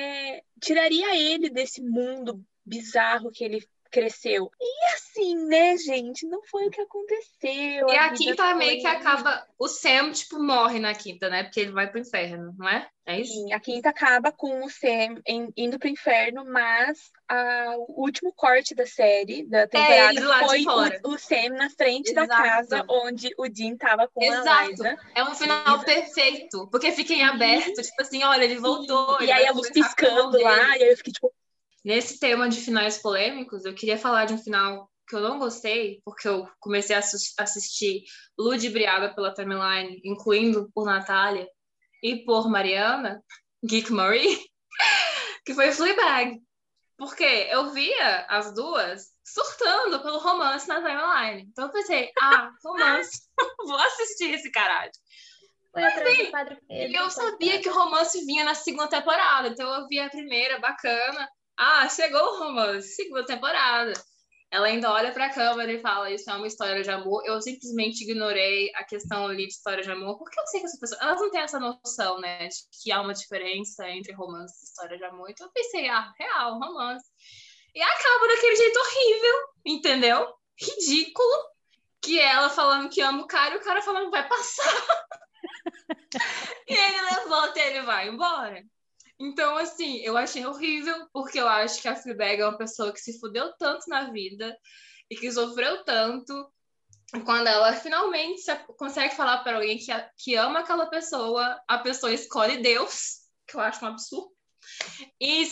tiraria ele desse mundo bizarro que ele cresceu. E assim, né, gente? Não foi o que aconteceu. E a 5ª meio que acaba... O Sam, tipo, morre na 5ª, né? Porque ele vai pro inferno, não é? É isso? Sim, a 5ª acaba com o Sam indo pro inferno, mas o último corte da série, da temporada, foi o Sam na frente da casa onde o Dean tava com a Liza. É um final perfeito, porque fica em aberto, tipo assim, olha, ele voltou. E aí a luz piscando lá, e aí eu fiquei tipo... Nesse tema de finais polêmicos, eu queria falar de um final que eu não gostei, porque eu comecei a assistir ludibriada pela timeline, incluindo por Natália e por Mariana, Geek Marie, que foi Fleabag. Porque eu via as duas surtando pelo romance na timeline. Então eu pensei, romance, vou assistir esse caralho. Foi atrás do Padre Pedro. E eu sabia que o romance vinha na 2ª temporada, então eu vi a primeira, bacana. Chegou o romance, 2ª temporada. Ela ainda olha pra câmera e fala, isso é uma história de amor. Eu simplesmente ignorei a questão ali de história de amor, porque eu sei que essas pessoas, elas não têm essa noção, né, de que há uma diferença entre romance e história de amor. Então eu pensei, real, romance. E acaba daquele jeito horrível, entendeu? Ridículo. Que ela falando que ama o cara e o cara falando que vai passar. E ele levanta e ele vai embora. Então, assim, eu achei horrível, porque eu acho que a Fleabag é uma pessoa que se fudeu tanto na vida e que sofreu tanto. E quando ela finalmente consegue falar para alguém que ama aquela pessoa, a pessoa escolhe Deus, que eu acho um absurdo, e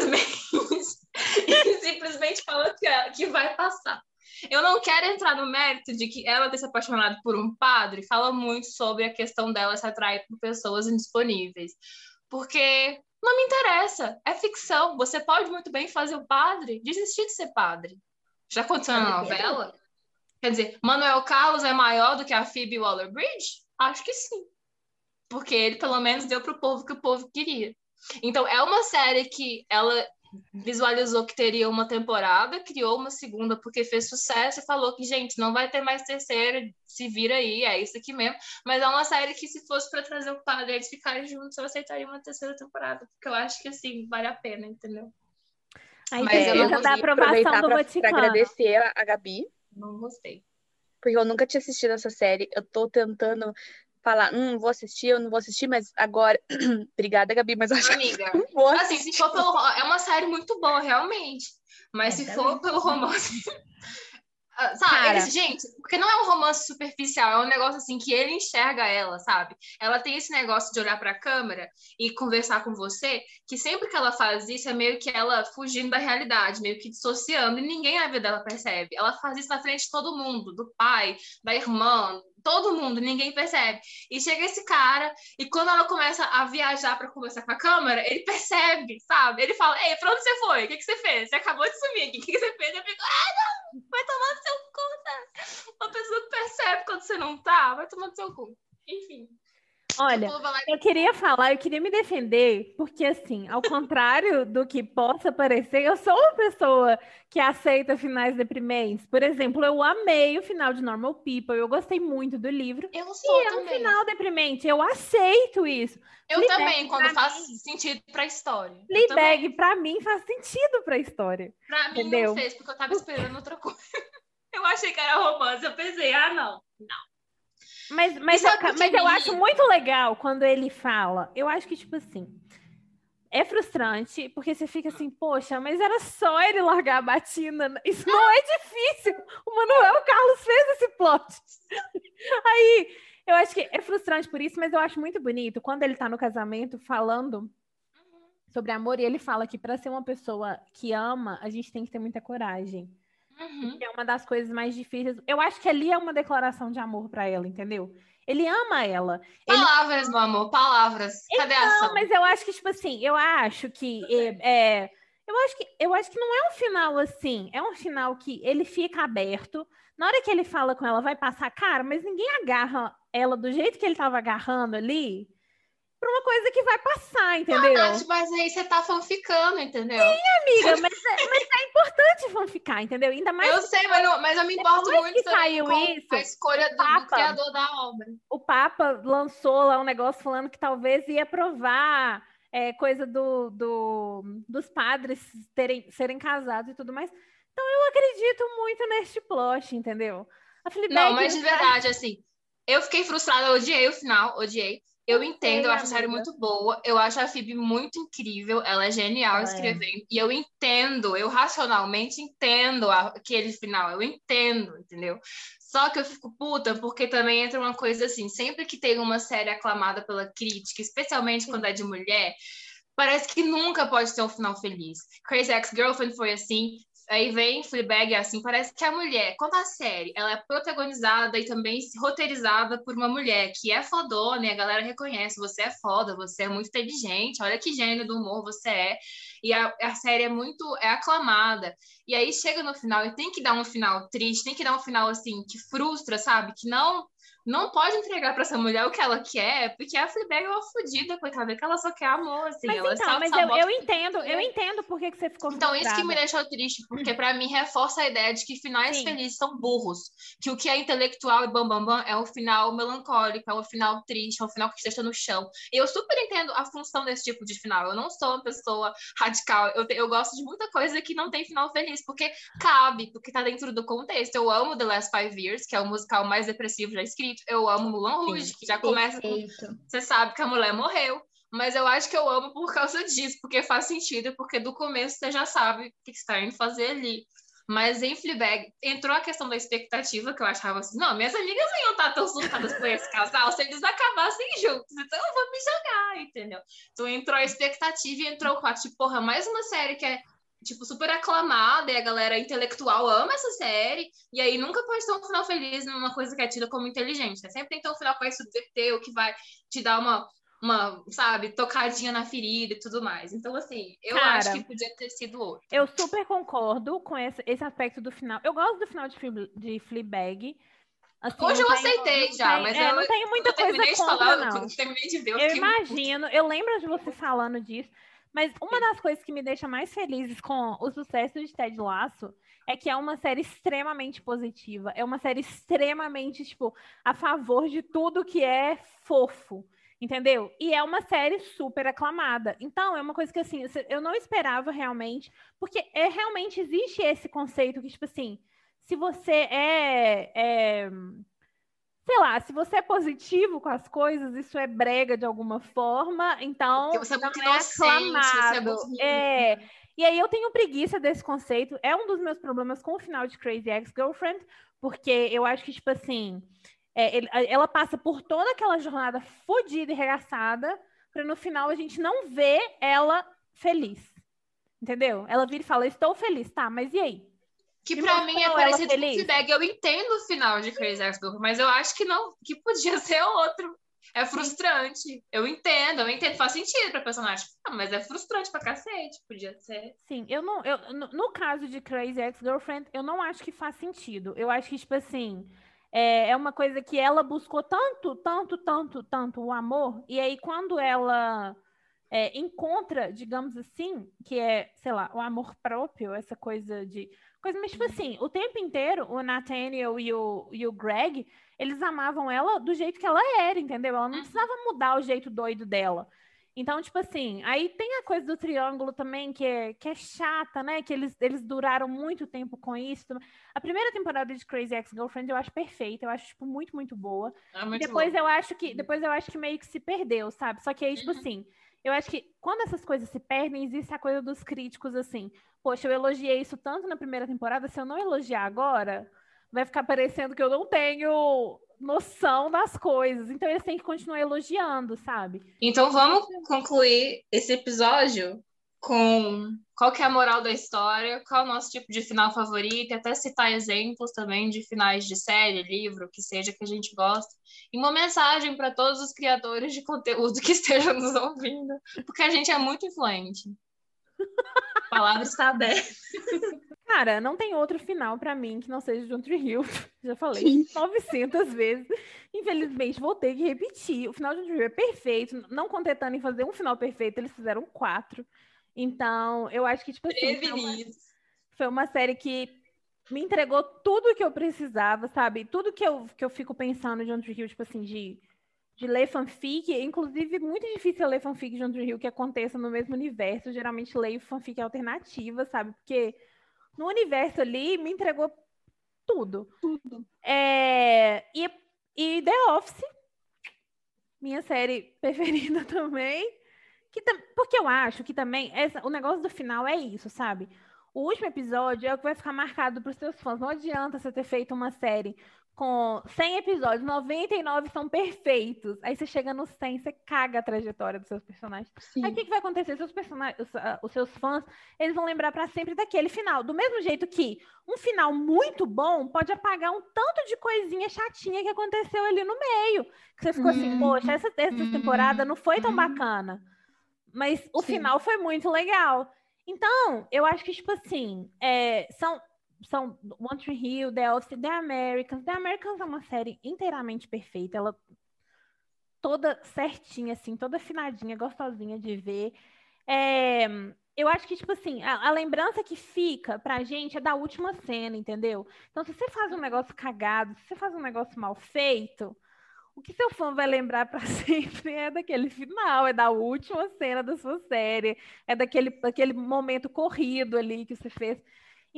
simplesmente fala que vai passar. Eu não quero entrar no mérito de que ela ter se apaixonado por um padre, fala muito sobre a questão dela se atrair por pessoas indisponíveis. Porque não me interessa, é ficção. Você pode muito bem fazer o padre, desistir de ser padre. Já aconteceu na novela? Quer dizer, Manuel Carlos é maior do que a Phoebe Waller-Bridge? Acho que sim. Porque ele, pelo menos, deu pro povo o que o povo queria. Então, é uma série que ela visualizou que teria uma temporada, criou uma segunda porque fez sucesso e falou que, gente, não vai ter mais terceira, se vira aí, é isso aqui mesmo. Mas é uma série que, se fosse para trazer o padre e eles ficarem juntos, eu aceitaria uma terceira temporada. Porque eu acho que, assim, vale a pena, entendeu? Aí Mas eu não precisa da gostei. aprovação Aproveitar do pra Vaticano. agradecer a Gabi, Não gostei. porque eu nunca tinha assistido essa série. Eu tô tentando falar, vou assistir, eu não vou assistir, mas agora... Obrigada, Gabi, mas eu acho que Amiga, eu não vou assim, assistir. se for pelo... É uma série muito boa, realmente. Mas se for pelo romance... Sabe, Cara. gente, porque não é um romance superficial, é um negócio assim que ele enxerga ela, sabe? Ela tem esse negócio de olhar pra câmera e conversar com você, que sempre que ela faz isso é meio que ela fugindo da realidade, meio que dissociando, e ninguém na vida dela percebe. Ela faz isso na frente de todo mundo, do pai, da irmã, todo mundo, ninguém percebe. E chega esse cara, e quando ela começa a viajar pra conversar com a câmera, ele percebe, sabe? Ele fala, ei, pra onde você foi? O que você fez? Você acabou de sumir aqui, o que você fez? Eu fico, não, vai tomar no seu cu, né? Uma pessoa que percebe quando você não tá, vai tomar no seu cu. Enfim. Olha, eu queria me defender, porque assim, ao contrário do que possa parecer, eu sou uma pessoa que aceita finais deprimentes. Por exemplo, eu amei o final de Normal People, eu gostei muito do livro. Eu sou e também. É um final deprimente, eu aceito isso. Eu Fleabag, também, quando faz sentido pra história. Fleabag, pra mim, faz sentido pra história. Pra mim entendeu? não fez, porque eu tava esperando outra coisa. Eu achei que era romance, eu pensei, não. Mas eu acho muito legal quando ele fala. Eu acho que, tipo assim, é frustrante, porque você fica assim, poxa, mas era só ele largar a batina. Isso não é difícil. O Manuel Carlos fez esse plot. Aí, eu acho que é frustrante por isso, mas eu acho muito bonito quando ele tá no casamento falando sobre amor, e ele fala que para ser uma pessoa que ama, a gente tem que ter muita coragem. Que é uma das coisas mais difíceis. Eu acho que ali é uma declaração de amor para ela, entendeu? Ele ama ela. Palavras, meu amor, palavras. Cadê a ação? Não, mas eu acho que, tipo assim, eu acho que não é um final assim. É um final que ele fica aberto. Na hora que ele fala com ela, vai passar, cara, mas ninguém agarra ela do jeito que ele tava agarrando ali pra uma coisa que vai passar, entendeu? Nath, mas aí você tá fanficando, entendeu? Sim, amiga, mas é importante fanficar, entendeu? Ainda mais. Eu sei, mas eu me importo muito também com a escolha do criador da obra. O Papa lançou lá um negócio falando que talvez ia provar coisa dos padres serem casados e tudo mais. Então eu acredito muito neste plot, entendeu? Não, mas de verdade, assim, eu fiquei frustrada, eu odiei o final, odiei. Eu entendo, eu acho a série muito boa. Eu acho a Phoebe muito incrível. Ela é genial escrevendo. E eu entendo, eu racionalmente entendo aquele final. Eu entendo, entendeu? Só que eu fico puta, porque também entra uma coisa assim, sempre que tem uma série aclamada pela crítica, especialmente quando é de mulher, parece que nunca pode ter um final feliz. Crazy Ex-Girlfriend foi assim. Aí vem Fleabag, assim, parece que a mulher, quando a série, ela é protagonizada e também roteirizada por uma mulher que é fodona e a galera reconhece, você é foda, você é muito inteligente, olha que gênio do humor você é, e a série é aclamada, e aí chega no final e tem que dar um final triste, tem que dar um final, assim, que frustra, sabe, que não pode entregar pra essa mulher o que ela quer, porque a Fleabag é uma fodida, coitada, que ela só quer amor, assim. Mas eu entendo por que você ficou frustrada. Então, isso que me deixou triste, porque pra mim reforça a ideia de que finais felizes são burros, que o que é intelectual e bambambam é um final melancólico, é um final triste, é um final que te deixa no chão. E eu super entendo a função desse tipo de final, eu não sou uma pessoa radical, eu gosto de muita coisa que não tem final feliz, porque cabe, porque tá dentro do contexto. Eu amo The Last 5 Years, que é o musical mais depressivo já escrito. Eu amo Moulin Rouge, que já começa com... Você sabe que a mulher morreu. Mas eu acho que eu amo por causa disso, porque faz sentido, porque do começo você já sabe o que você está indo fazer ali. Mas em Fleabag entrou a questão da expectativa, que eu achava assim, não, minhas amigas não iam estar tão surtadas por esse casal se eles acabassem juntos, então eu vou me jogar, entendeu? Então entrou a expectativa e entrou o fato de, porra, mais uma série que é, tipo, super aclamada e a galera intelectual ama essa série, e aí nunca pode ter um final feliz numa coisa que é tida como inteligente, né? Sempre tem que ter um final que vai subverter, ou que vai te dar uma, sabe, tocadinha na ferida e tudo mais. Então, assim, eu acho que podia ter sido outro. Eu super concordo com esse aspecto do final. Eu gosto do final de Fleabag. Assim, hoje eu aceitei já, mas eu não tenho muita coisa terminei de contra, falar, não. eu terminei de ver. Eu imagino, eu lembro de você falando disso, mas uma das coisas que me deixa mais felizes com o sucesso de Ted Lasso é que é uma série extremamente positiva. É uma série extremamente, tipo, a favor de tudo que é fofo. Entendeu? E é uma série super aclamada. Então, é uma coisa que, assim, eu não esperava realmente, porque realmente existe esse conceito que, tipo assim, se você sei lá, se você é positivo com as coisas, isso é brega de alguma forma, então porque você é muito não é aclamado. Você é burrinho. E aí eu tenho preguiça desse conceito. É um dos meus problemas com o final de Crazy Ex-Girlfriend, porque eu acho que, tipo assim, ela passa por toda aquela jornada fodida e regaçada, para no final a gente não ver ela feliz. Entendeu? Ela vira e fala, estou feliz, tá, mas e aí? Que pra mim é parecido com Fleabag. Eu entendo o final de Crazy Ex-Girlfriend, mas eu acho que não, que podia ser outro. É frustrante. Eu entendo, faz sentido pra personagem. Mas é frustrante pra cacete, podia ser. Sim, no caso de Crazy Ex-Girlfriend, eu não acho que faz sentido. Eu acho que, tipo assim, é uma coisa que ela buscou tanto o amor, e aí quando ela encontra, digamos assim, que é, sei lá, o amor próprio, essa coisa de... Mas, tipo assim, o tempo inteiro, o Nathaniel e o Greg, eles amavam ela do jeito que ela era, entendeu? Ela não precisava mudar o jeito doido dela. Então, tipo assim, aí tem a coisa do triângulo também, que é chata, né? Que eles duraram muito tempo com isso. A primeira temporada de Crazy Ex-Girlfriend eu acho perfeita, eu acho, tipo, muito, muito boa. Muito depois eu acho que meio que se perdeu, sabe? Só que aí, tipo assim, eu acho que quando essas coisas se perdem, existe a coisa dos críticos, assim, poxa, eu elogiei isso tanto na primeira temporada, se eu não elogiar agora, vai ficar parecendo que eu não tenho noção das coisas. Então eles têm que continuar elogiando, sabe? Então vamos concluir esse episódio com qual que é a moral da história, qual é o nosso tipo de final favorito, e até citar exemplos também de finais de série, livro, que seja que a gente gosta, e uma mensagem para todos os criadores de conteúdo que estejam nos ouvindo, porque a gente é muito influente. A palavra está aberta. Cara, não tem outro final pra mim que não seja de One Tree Hill. Já falei 900 vezes. Infelizmente, vou ter que repetir. O final de One Tree Hill é perfeito. Não contentando em fazer um final perfeito, eles fizeram 4. Então, eu acho que, tipo assim, foi uma série que me entregou tudo que eu precisava, sabe? Tudo que eu fico pensando de One Tree Hill, tipo assim, de ler fanfic. Inclusive, muito difícil ler fanfic de One Tree Hill que aconteça no mesmo universo. Eu, geralmente leio fanfic alternativa, sabe? Porque no universo ali me entregou tudo. E The Office, minha série preferida também. Porque eu acho que também o negócio do final é isso, sabe? O último episódio é o que vai ficar marcado para os seus fãs. Não adianta você ter feito uma série com 100 episódios, 99 são perfeitos. Aí você chega no 100, você caga a trajetória dos seus personagens. Sim. Aí o que vai acontecer? Os seus fãs, eles vão lembrar para sempre daquele final. Do mesmo jeito que um final muito bom pode apagar um tanto de coisinha chatinha que aconteceu ali no meio. Que você ficou assim, poxa, essa temporada não foi tão bacana. Mas o final foi muito legal. Então, eu acho que, tipo assim, são One Tree Hill, The Office, The Americans. The Americans é uma série inteiramente perfeita. Ela toda certinha, assim, toda afinadinha, gostosinha de ver. Eu acho que, tipo assim, a lembrança que fica pra gente é da última cena, entendeu? Então, se você faz um negócio cagado, se você faz um negócio mal feito, o que seu fã vai lembrar para sempre é daquele final, é da última cena da sua série, é daquele momento corrido ali que você fez.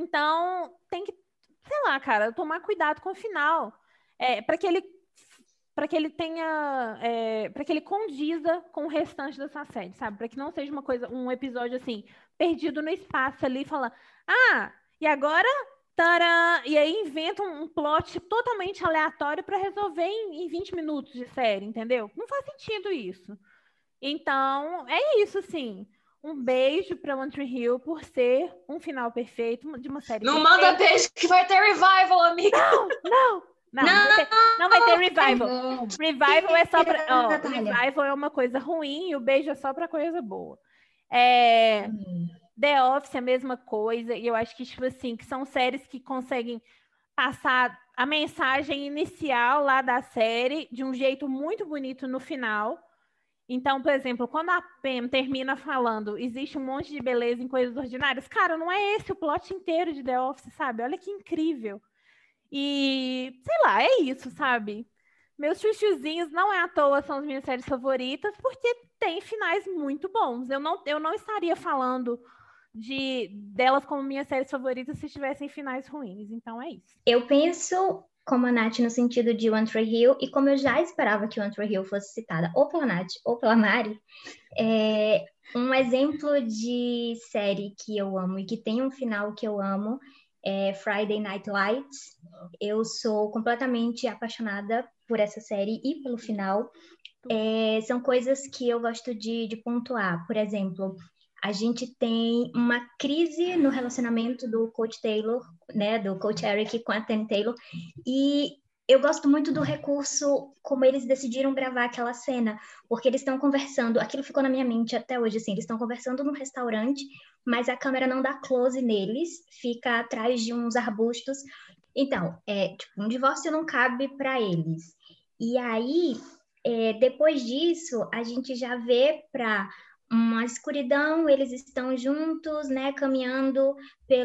Então, tem que, sei lá, cara, tomar cuidado com o final. Para que ele para que ele tenha, para que ele condiza com o restante da sua série, sabe? Para que não seja um episódio assim, perdido no espaço ali, falando, e agora, tará, e aí inventa um plot totalmente aleatório para resolver em 20 minutos de série, entendeu? Não faz sentido isso. Então, é isso, assim. Um beijo para One Tree Hill por ser um final perfeito de uma série Não perfeita. manda beijo que vai ter revival, amiga. Não vai ter revival. Não. Revival é só pra. Natália. Revival é uma coisa ruim e o beijo é só pra coisa boa. The Office é a mesma coisa, e eu acho que, tipo assim, que são séries que conseguem passar a mensagem inicial lá da série de um jeito muito bonito no final. Então, por exemplo, quando a Pam termina falando existe um monte de beleza em coisas ordinárias, cara, não é esse o plot inteiro de The Office, sabe? Olha que incrível. E, sei lá, é isso, sabe? Meus chuchuzinhos não é à toa, são as minhas séries favoritas, porque tem finais muito bons. Eu não estaria falando delas como minhas séries favoritas se tivessem finais ruins. Então é isso. Eu penso como a Nath no sentido de One Tree Hill, e como eu já esperava que One Tree Hill fosse citada ou pela Nath ou pela Mari, um exemplo de série que eu amo e que tem um final que eu amo é Friday Night Lights. Eu sou completamente apaixonada por essa série e pelo final. São coisas que eu gosto de pontuar. Por exemplo, a gente tem uma crise no relacionamento do Coach Taylor, né, do Coach Eric com a Ten Taylor, e eu gosto muito do recurso, como eles decidiram gravar aquela cena, porque eles estão conversando, aquilo ficou na minha mente até hoje, assim, eles estão conversando num restaurante, mas a câmera não dá close neles, fica atrás de uns arbustos. Então, tipo, um divórcio não cabe para eles. E aí, depois disso, a gente já vê para uma escuridão, eles estão juntos, né, caminhando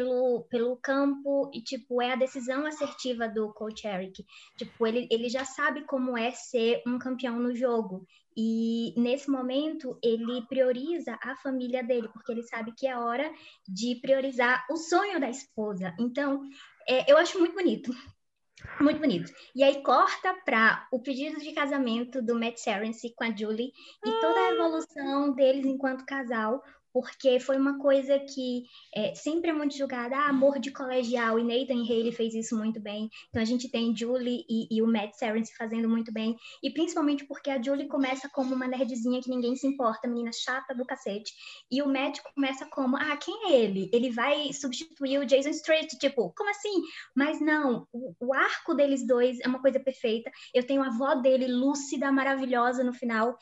pelo campo, e, tipo, é a decisão assertiva do Coach Eric. Tipo, ele já sabe como é ser um campeão no jogo, e nesse momento ele prioriza a família dele, porque ele sabe que é hora de priorizar o sonho da esposa. Então, eu acho muito bonito. Muito bonito. E aí corta para o pedido de casamento do Matt Serence com a Julie e toda a evolução deles enquanto casal, porque foi uma coisa que sempre é muito julgada, amor de colegial, e Nathan Haley fez isso muito bem. Então a gente tem Julie e o Matt Serence fazendo muito bem, e principalmente porque a Julie começa como uma nerdzinha que ninguém se importa, menina chata do cacete, e o Matt começa como, quem é ele? Ele vai substituir o Jason Street, tipo, como assim? Mas não, o arco deles dois é uma coisa perfeita. Eu tenho a avó dele, lúcida, maravilhosa no final.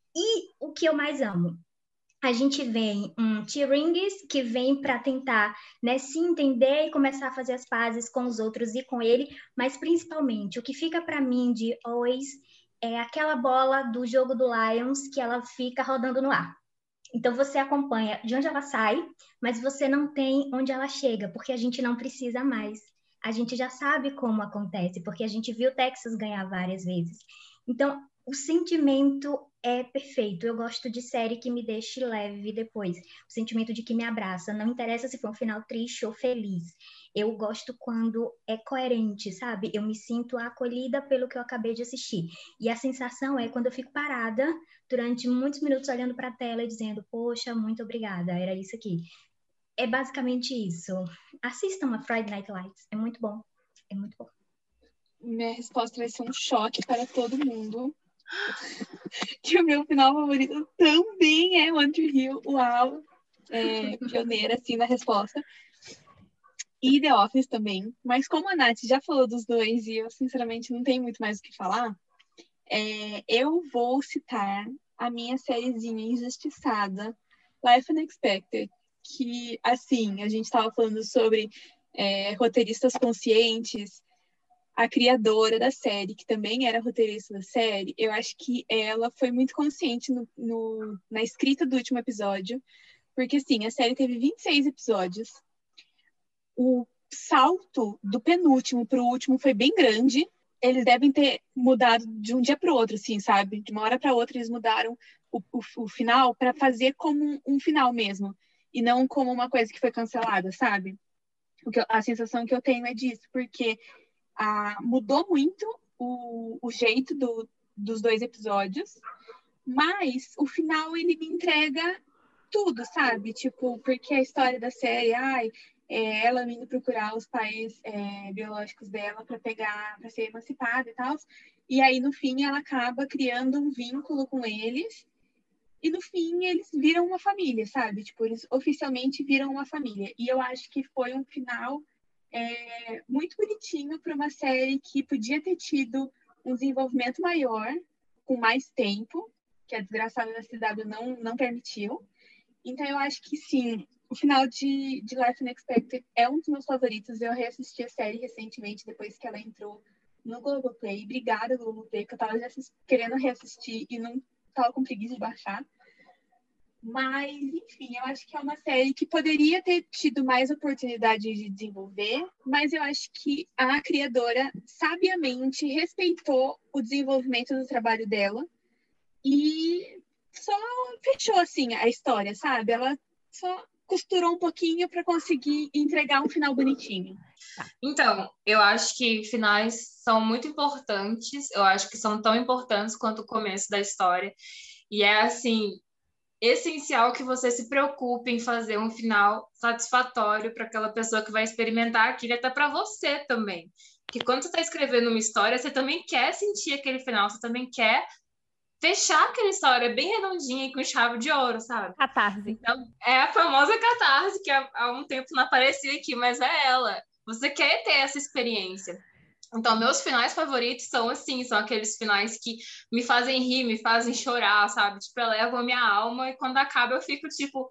E o que eu mais amo? A gente vem um T-Ringis que vem para tentar, né, se entender e começar a fazer as pazes com os outros e com ele, mas principalmente o que fica para mim de Always é aquela bola do jogo do Lions que ela fica rodando no ar. Então você acompanha de onde ela sai, mas você não tem onde ela chega, porque a gente não precisa mais. A gente já sabe como acontece, porque a gente viu Texas ganhar várias vezes. Então, o sentimento é perfeito. Eu gosto de série que me deixe leve depois. O sentimento de que me abraça. Não interessa se for um final triste ou feliz. Eu gosto quando é coerente, sabe? Eu me sinto acolhida pelo que eu acabei de assistir. E a sensação é quando eu fico parada durante muitos minutos olhando para a tela e dizendo, poxa, muito obrigada, era isso aqui. É basicamente isso. Assistam a Friday Night Lights. É muito bom. É muito bom. Minha resposta vai ser um choque para todo mundo. Que o meu final favorito também é One Tree Hill. Uau! Pioneira, assim, na resposta. E The Office também. Mas como a Nath já falou dos dois e eu, sinceramente, não tenho muito mais o que falar, eu vou citar a minha sériezinha injustiçada, Life Unexpected, que, assim, a gente estava falando sobre roteiristas conscientes. A criadora da série, que também era roteirista da série, eu acho que ela foi muito consciente na escrita do último episódio, porque, assim, a série teve 26 episódios. O salto do penúltimo para o último foi bem grande. Eles devem ter mudado de um dia para o outro, assim, sabe? De uma hora para outra, eles mudaram o final para fazer como um final mesmo, e não como uma coisa que foi cancelada, sabe? A sensação que eu tenho é disso, porque mudou muito o jeito dos 2 episódios, mas o final ele me entrega tudo, sabe? Tipo, porque a história da série, ela indo procurar os pais biológicos dela para ser emancipada e tal. E aí, no fim, ela acaba criando um vínculo com eles. E no fim, eles viram uma família, sabe? Tipo, eles oficialmente viram uma família. E eu acho que foi um final muito bonitinho para uma série que podia ter tido um desenvolvimento maior, com mais tempo, que a desgraçada da CW não permitiu. Então, eu acho que sim, o final de Life Unexpected é um dos meus favoritos. Eu reassisti a série recentemente, depois que ela entrou no Globoplay. Obrigada, Globoplay, que eu tava querendo reassistir e não tava com preguiça de baixar. Mas, enfim, eu acho que é uma série que poderia ter tido mais oportunidade de desenvolver, mas eu acho que a criadora sabiamente respeitou o desenvolvimento do trabalho dela e só fechou, assim, a história, sabe? Ela só costurou um pouquinho para conseguir entregar um final bonitinho. Então, eu acho que finais são muito importantes, eu acho que são tão importantes quanto o começo da história. E é, assim, essencial que você se preocupe em fazer um final satisfatório para aquela pessoa que vai experimentar aquilo, até para você também. Porque quando você está escrevendo uma história, você também quer sentir aquele final, você também quer fechar aquela história bem redondinha e com chave de ouro, sabe? Catarse. Então, é a famosa catarse que há um tempo não aparecia aqui, mas é ela. Você quer ter essa experiência. Então, meus finais favoritos são assim, são aqueles finais que me fazem rir, me fazem chorar, sabe? Tipo, elevam a minha alma e quando acaba eu fico, tipo,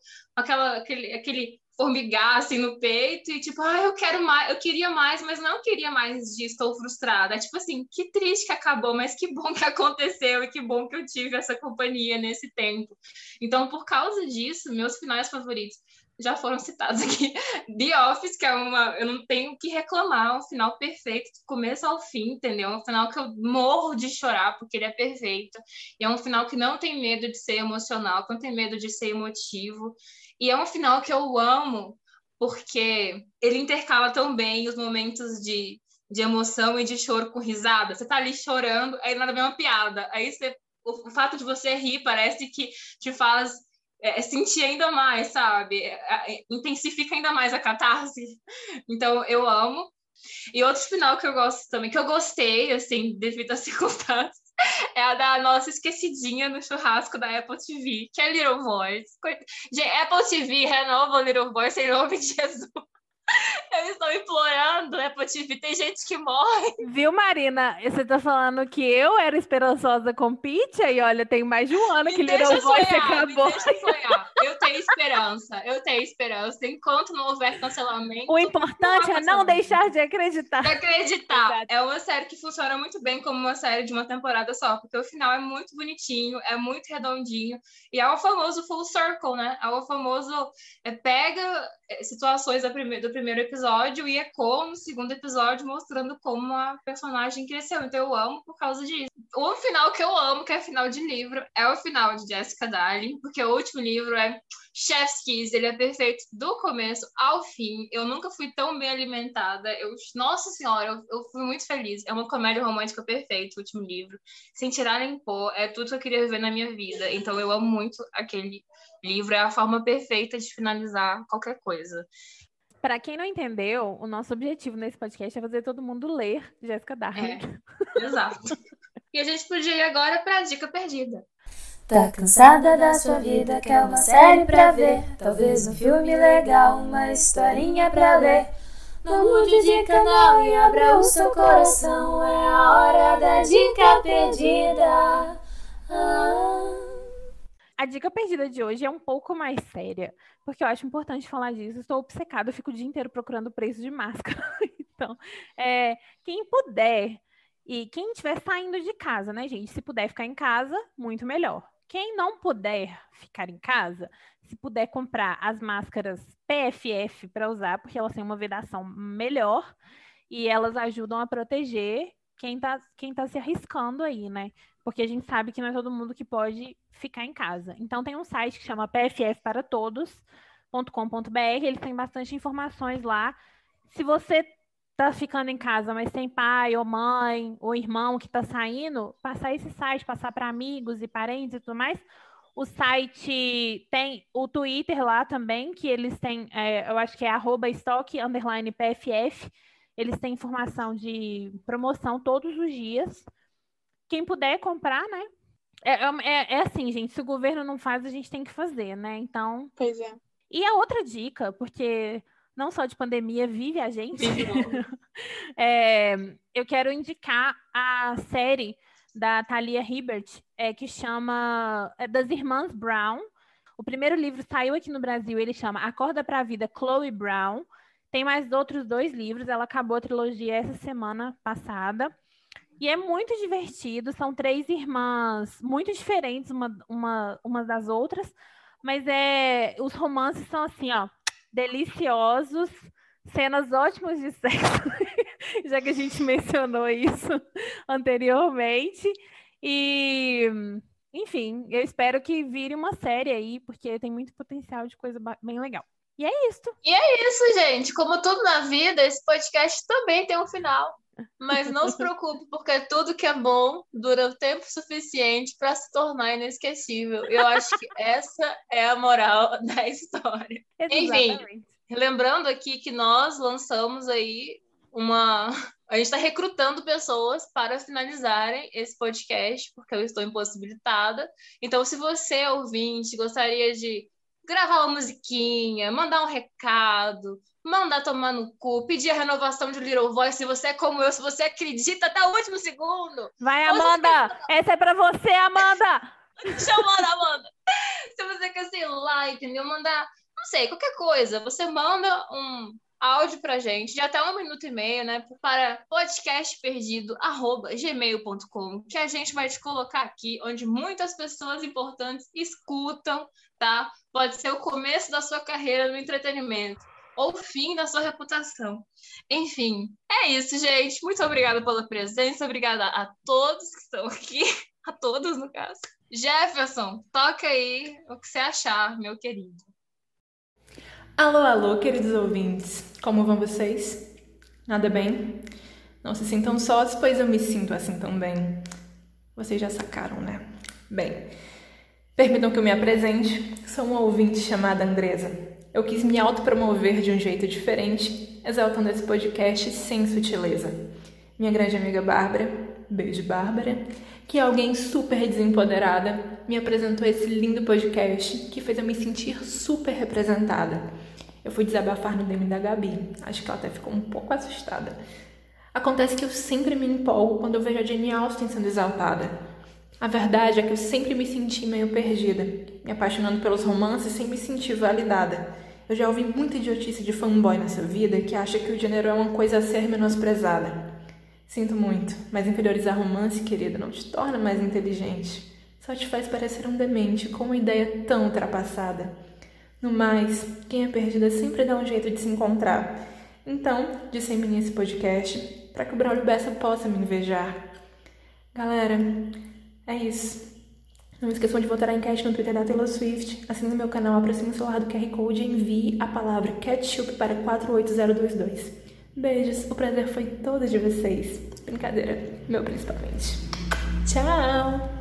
aquele formigar, assim, no peito e tipo, eu quero mais, eu queria mais, mas não queria mais de estou frustrada. É tipo assim, que triste que acabou, mas que bom que aconteceu e que bom que eu tive essa companhia nesse tempo. Então, por causa disso, meus finais favoritos já foram citados aqui. The Office, que é eu não tenho o que reclamar, é um final perfeito, do começo ao fim, entendeu? É um final que eu morro de chorar, porque ele é perfeito. E é um final que não tem medo de ser emocional, que não tem medo de ser emotivo. E é um final que eu amo, porque ele intercala tão bem os momentos de emoção e de choro com risada. Você tá ali chorando, aí nada vem uma piada. Aí o fato de você rir parece que te faz sentir ainda mais, sabe? Intensifica ainda mais a catarse. Então, eu amo. E outro final que eu gosto também, que eu gostei, assim, devido às circunstâncias, é a da nossa esquecidinha no churrasco da Apple TV, que é Little Voice. Apple TV, renova Little Voice em nome de Jesus. Eu estou implorando, Apple TV, tem gente que morre. Viu, Marina? Você tá falando que eu era esperançosa com Pitya e olha, tem mais de um ano que Little Voice acabou. Me deixa sonhar. Eu tenho esperança. Enquanto não houver cancelamento... O importante é não deixar de acreditar. De acreditar. Exato. É uma série que funciona muito bem como uma série de uma temporada só, porque o final é muito bonitinho, é muito redondinho, e é o famoso full circle, né? É o famoso pega situações do primeiro episódio e ecoa no segundo episódio, mostrando como a personagem cresceu. Então eu amo por causa disso. O final que eu amo, que é final de livro, é o final de Jessica Darling, porque o último livro é Chef's Kiss, ele é perfeito do começo ao fim. Eu nunca fui tão bem alimentada. Nossa senhora, eu fui muito feliz. É uma comédia romântica perfeita, o último livro. Sem tirar nem pôr, é tudo que eu queria ver na minha vida. Então eu amo muito aquele livro, é a forma perfeita de finalizar qualquer coisa. Para quem não entendeu, o nosso objetivo nesse podcast é fazer todo mundo ler Jessica Darling. Exato. E a gente podia ir agora para a dica perdida. Tá cansada da sua vida, quer uma série pra ver? Talvez um filme legal, uma historinha pra ler. Não mude de canal e abra o seu coração, é a hora da dica perdida. A dica perdida de hoje é um pouco mais séria, porque eu acho importante falar disso. Estou obcecada, eu fico o dia inteiro procurando o preço de máscara. Então, quem puder e quem estiver saindo de casa, né, gente? Se puder ficar em casa, muito melhor. Quem não puder ficar em casa, se puder comprar as máscaras PFF para usar, porque elas têm uma vedação melhor e elas ajudam a proteger quem tá se arriscando aí, né? Porque a gente sabe que não é todo mundo que pode ficar em casa. Então tem um site que chama pffparatodos.com.br, eles têm bastante informações lá. Se você tá ficando em casa, mas tem pai ou mãe ou irmão que tá saindo, passar esse site, passar para amigos e parentes e tudo mais. O site tem o Twitter lá também, que eles têm, eu acho que é @estoque_pff. Eles têm informação de promoção todos os dias. Quem puder comprar, né? É assim, gente, se o governo não faz, a gente tem que fazer, né? Então. Pois é. E a outra dica, porque não só de pandemia vive a gente, eu quero indicar a série da Thalia Hibbert, que chama Das Irmãs Brown. O primeiro livro saiu aqui no Brasil, ele chama Acorda pra Vida, Chloe Brown. Tem mais outros 2 livros, ela acabou a trilogia essa semana passada. E é muito divertido, são 3 irmãs muito diferentes uma das outras, mas os romances são assim, ó, deliciosos, cenas ótimas de sexo, já que a gente mencionou isso anteriormente. E, enfim, eu espero que vire uma série aí, porque tem muito potencial de coisa bem legal. E é isso. E é isso, gente. Como tudo na vida, esse podcast também tem um final. Mas não se preocupe, porque tudo que é bom dura o tempo suficiente para se tornar inesquecível. Eu acho que essa é a moral da história. Exatamente. Enfim, lembrando aqui que nós lançamos aí a gente está recrutando pessoas para finalizarem esse podcast, porque eu estou impossibilitada. Então, se você, ouvinte, gostaria de gravar uma musiquinha, mandar um recado, mandar tomar no cu, pedir a renovação de Little Voice, se você é como eu, se você acredita até o último segundo. Vai, Amanda! Essa é pra você, Amanda! Deixa eu mandar, Amanda. Se você quer, sei lá, entendeu? Mandar, não sei, qualquer coisa. Você manda um áudio pra gente, de até 1 minuto e meio, né? Para podcastperdido@gmail.com, que a gente vai te colocar aqui, onde muitas pessoas importantes escutam, tá? Pode ser o começo da sua carreira no entretenimento ou o fim da sua reputação. Enfim, é isso, gente. Muito obrigada pela presença, obrigada a todos que estão aqui, a todos, no caso. Jefferson, toca aí o que você achar, meu querido. Alô, alô, queridos ouvintes. Como vão vocês? Nada bem? Não se sintam sós, pois eu me sinto assim também. Vocês já sacaram, né? Bem, permitam que eu me apresente. Sou uma ouvinte chamada Andresa. Eu quis me autopromover de um jeito diferente, exaltando esse podcast sem sutileza. Minha grande amiga Bárbara, beijo Bárbara, que é alguém super desempoderada, me apresentou esse lindo podcast que fez eu me sentir super representada. Eu fui desabafar no DM da Gabi, acho que ela até ficou um pouco assustada. Acontece que eu sempre me empolgo quando eu vejo a Jane Austen sendo exaltada. A verdade é que eu sempre me senti meio perdida, me apaixonando pelos romances sem me sentir validada. Eu já ouvi muita idiotice de fanboy nessa vida que acha que o gênero é uma coisa a ser menosprezada. Sinto muito, mas inferiorizar romance, querida, não te torna mais inteligente. Só te faz parecer um demente com uma ideia tão ultrapassada. No mais, quem é perdida sempre dá um jeito de se encontrar. Então, dissemine esse podcast para que o Braulio Bessa possa me invejar. Galera, é isso. Não esqueçam de votar a enquete no Twitter da Taylor Swift. Assine o meu canal, aproxime o celular do QR Code e envie a palavra ketchup para 48022. Beijos, o prazer foi todo de vocês. Brincadeira, meu principalmente. Tchau!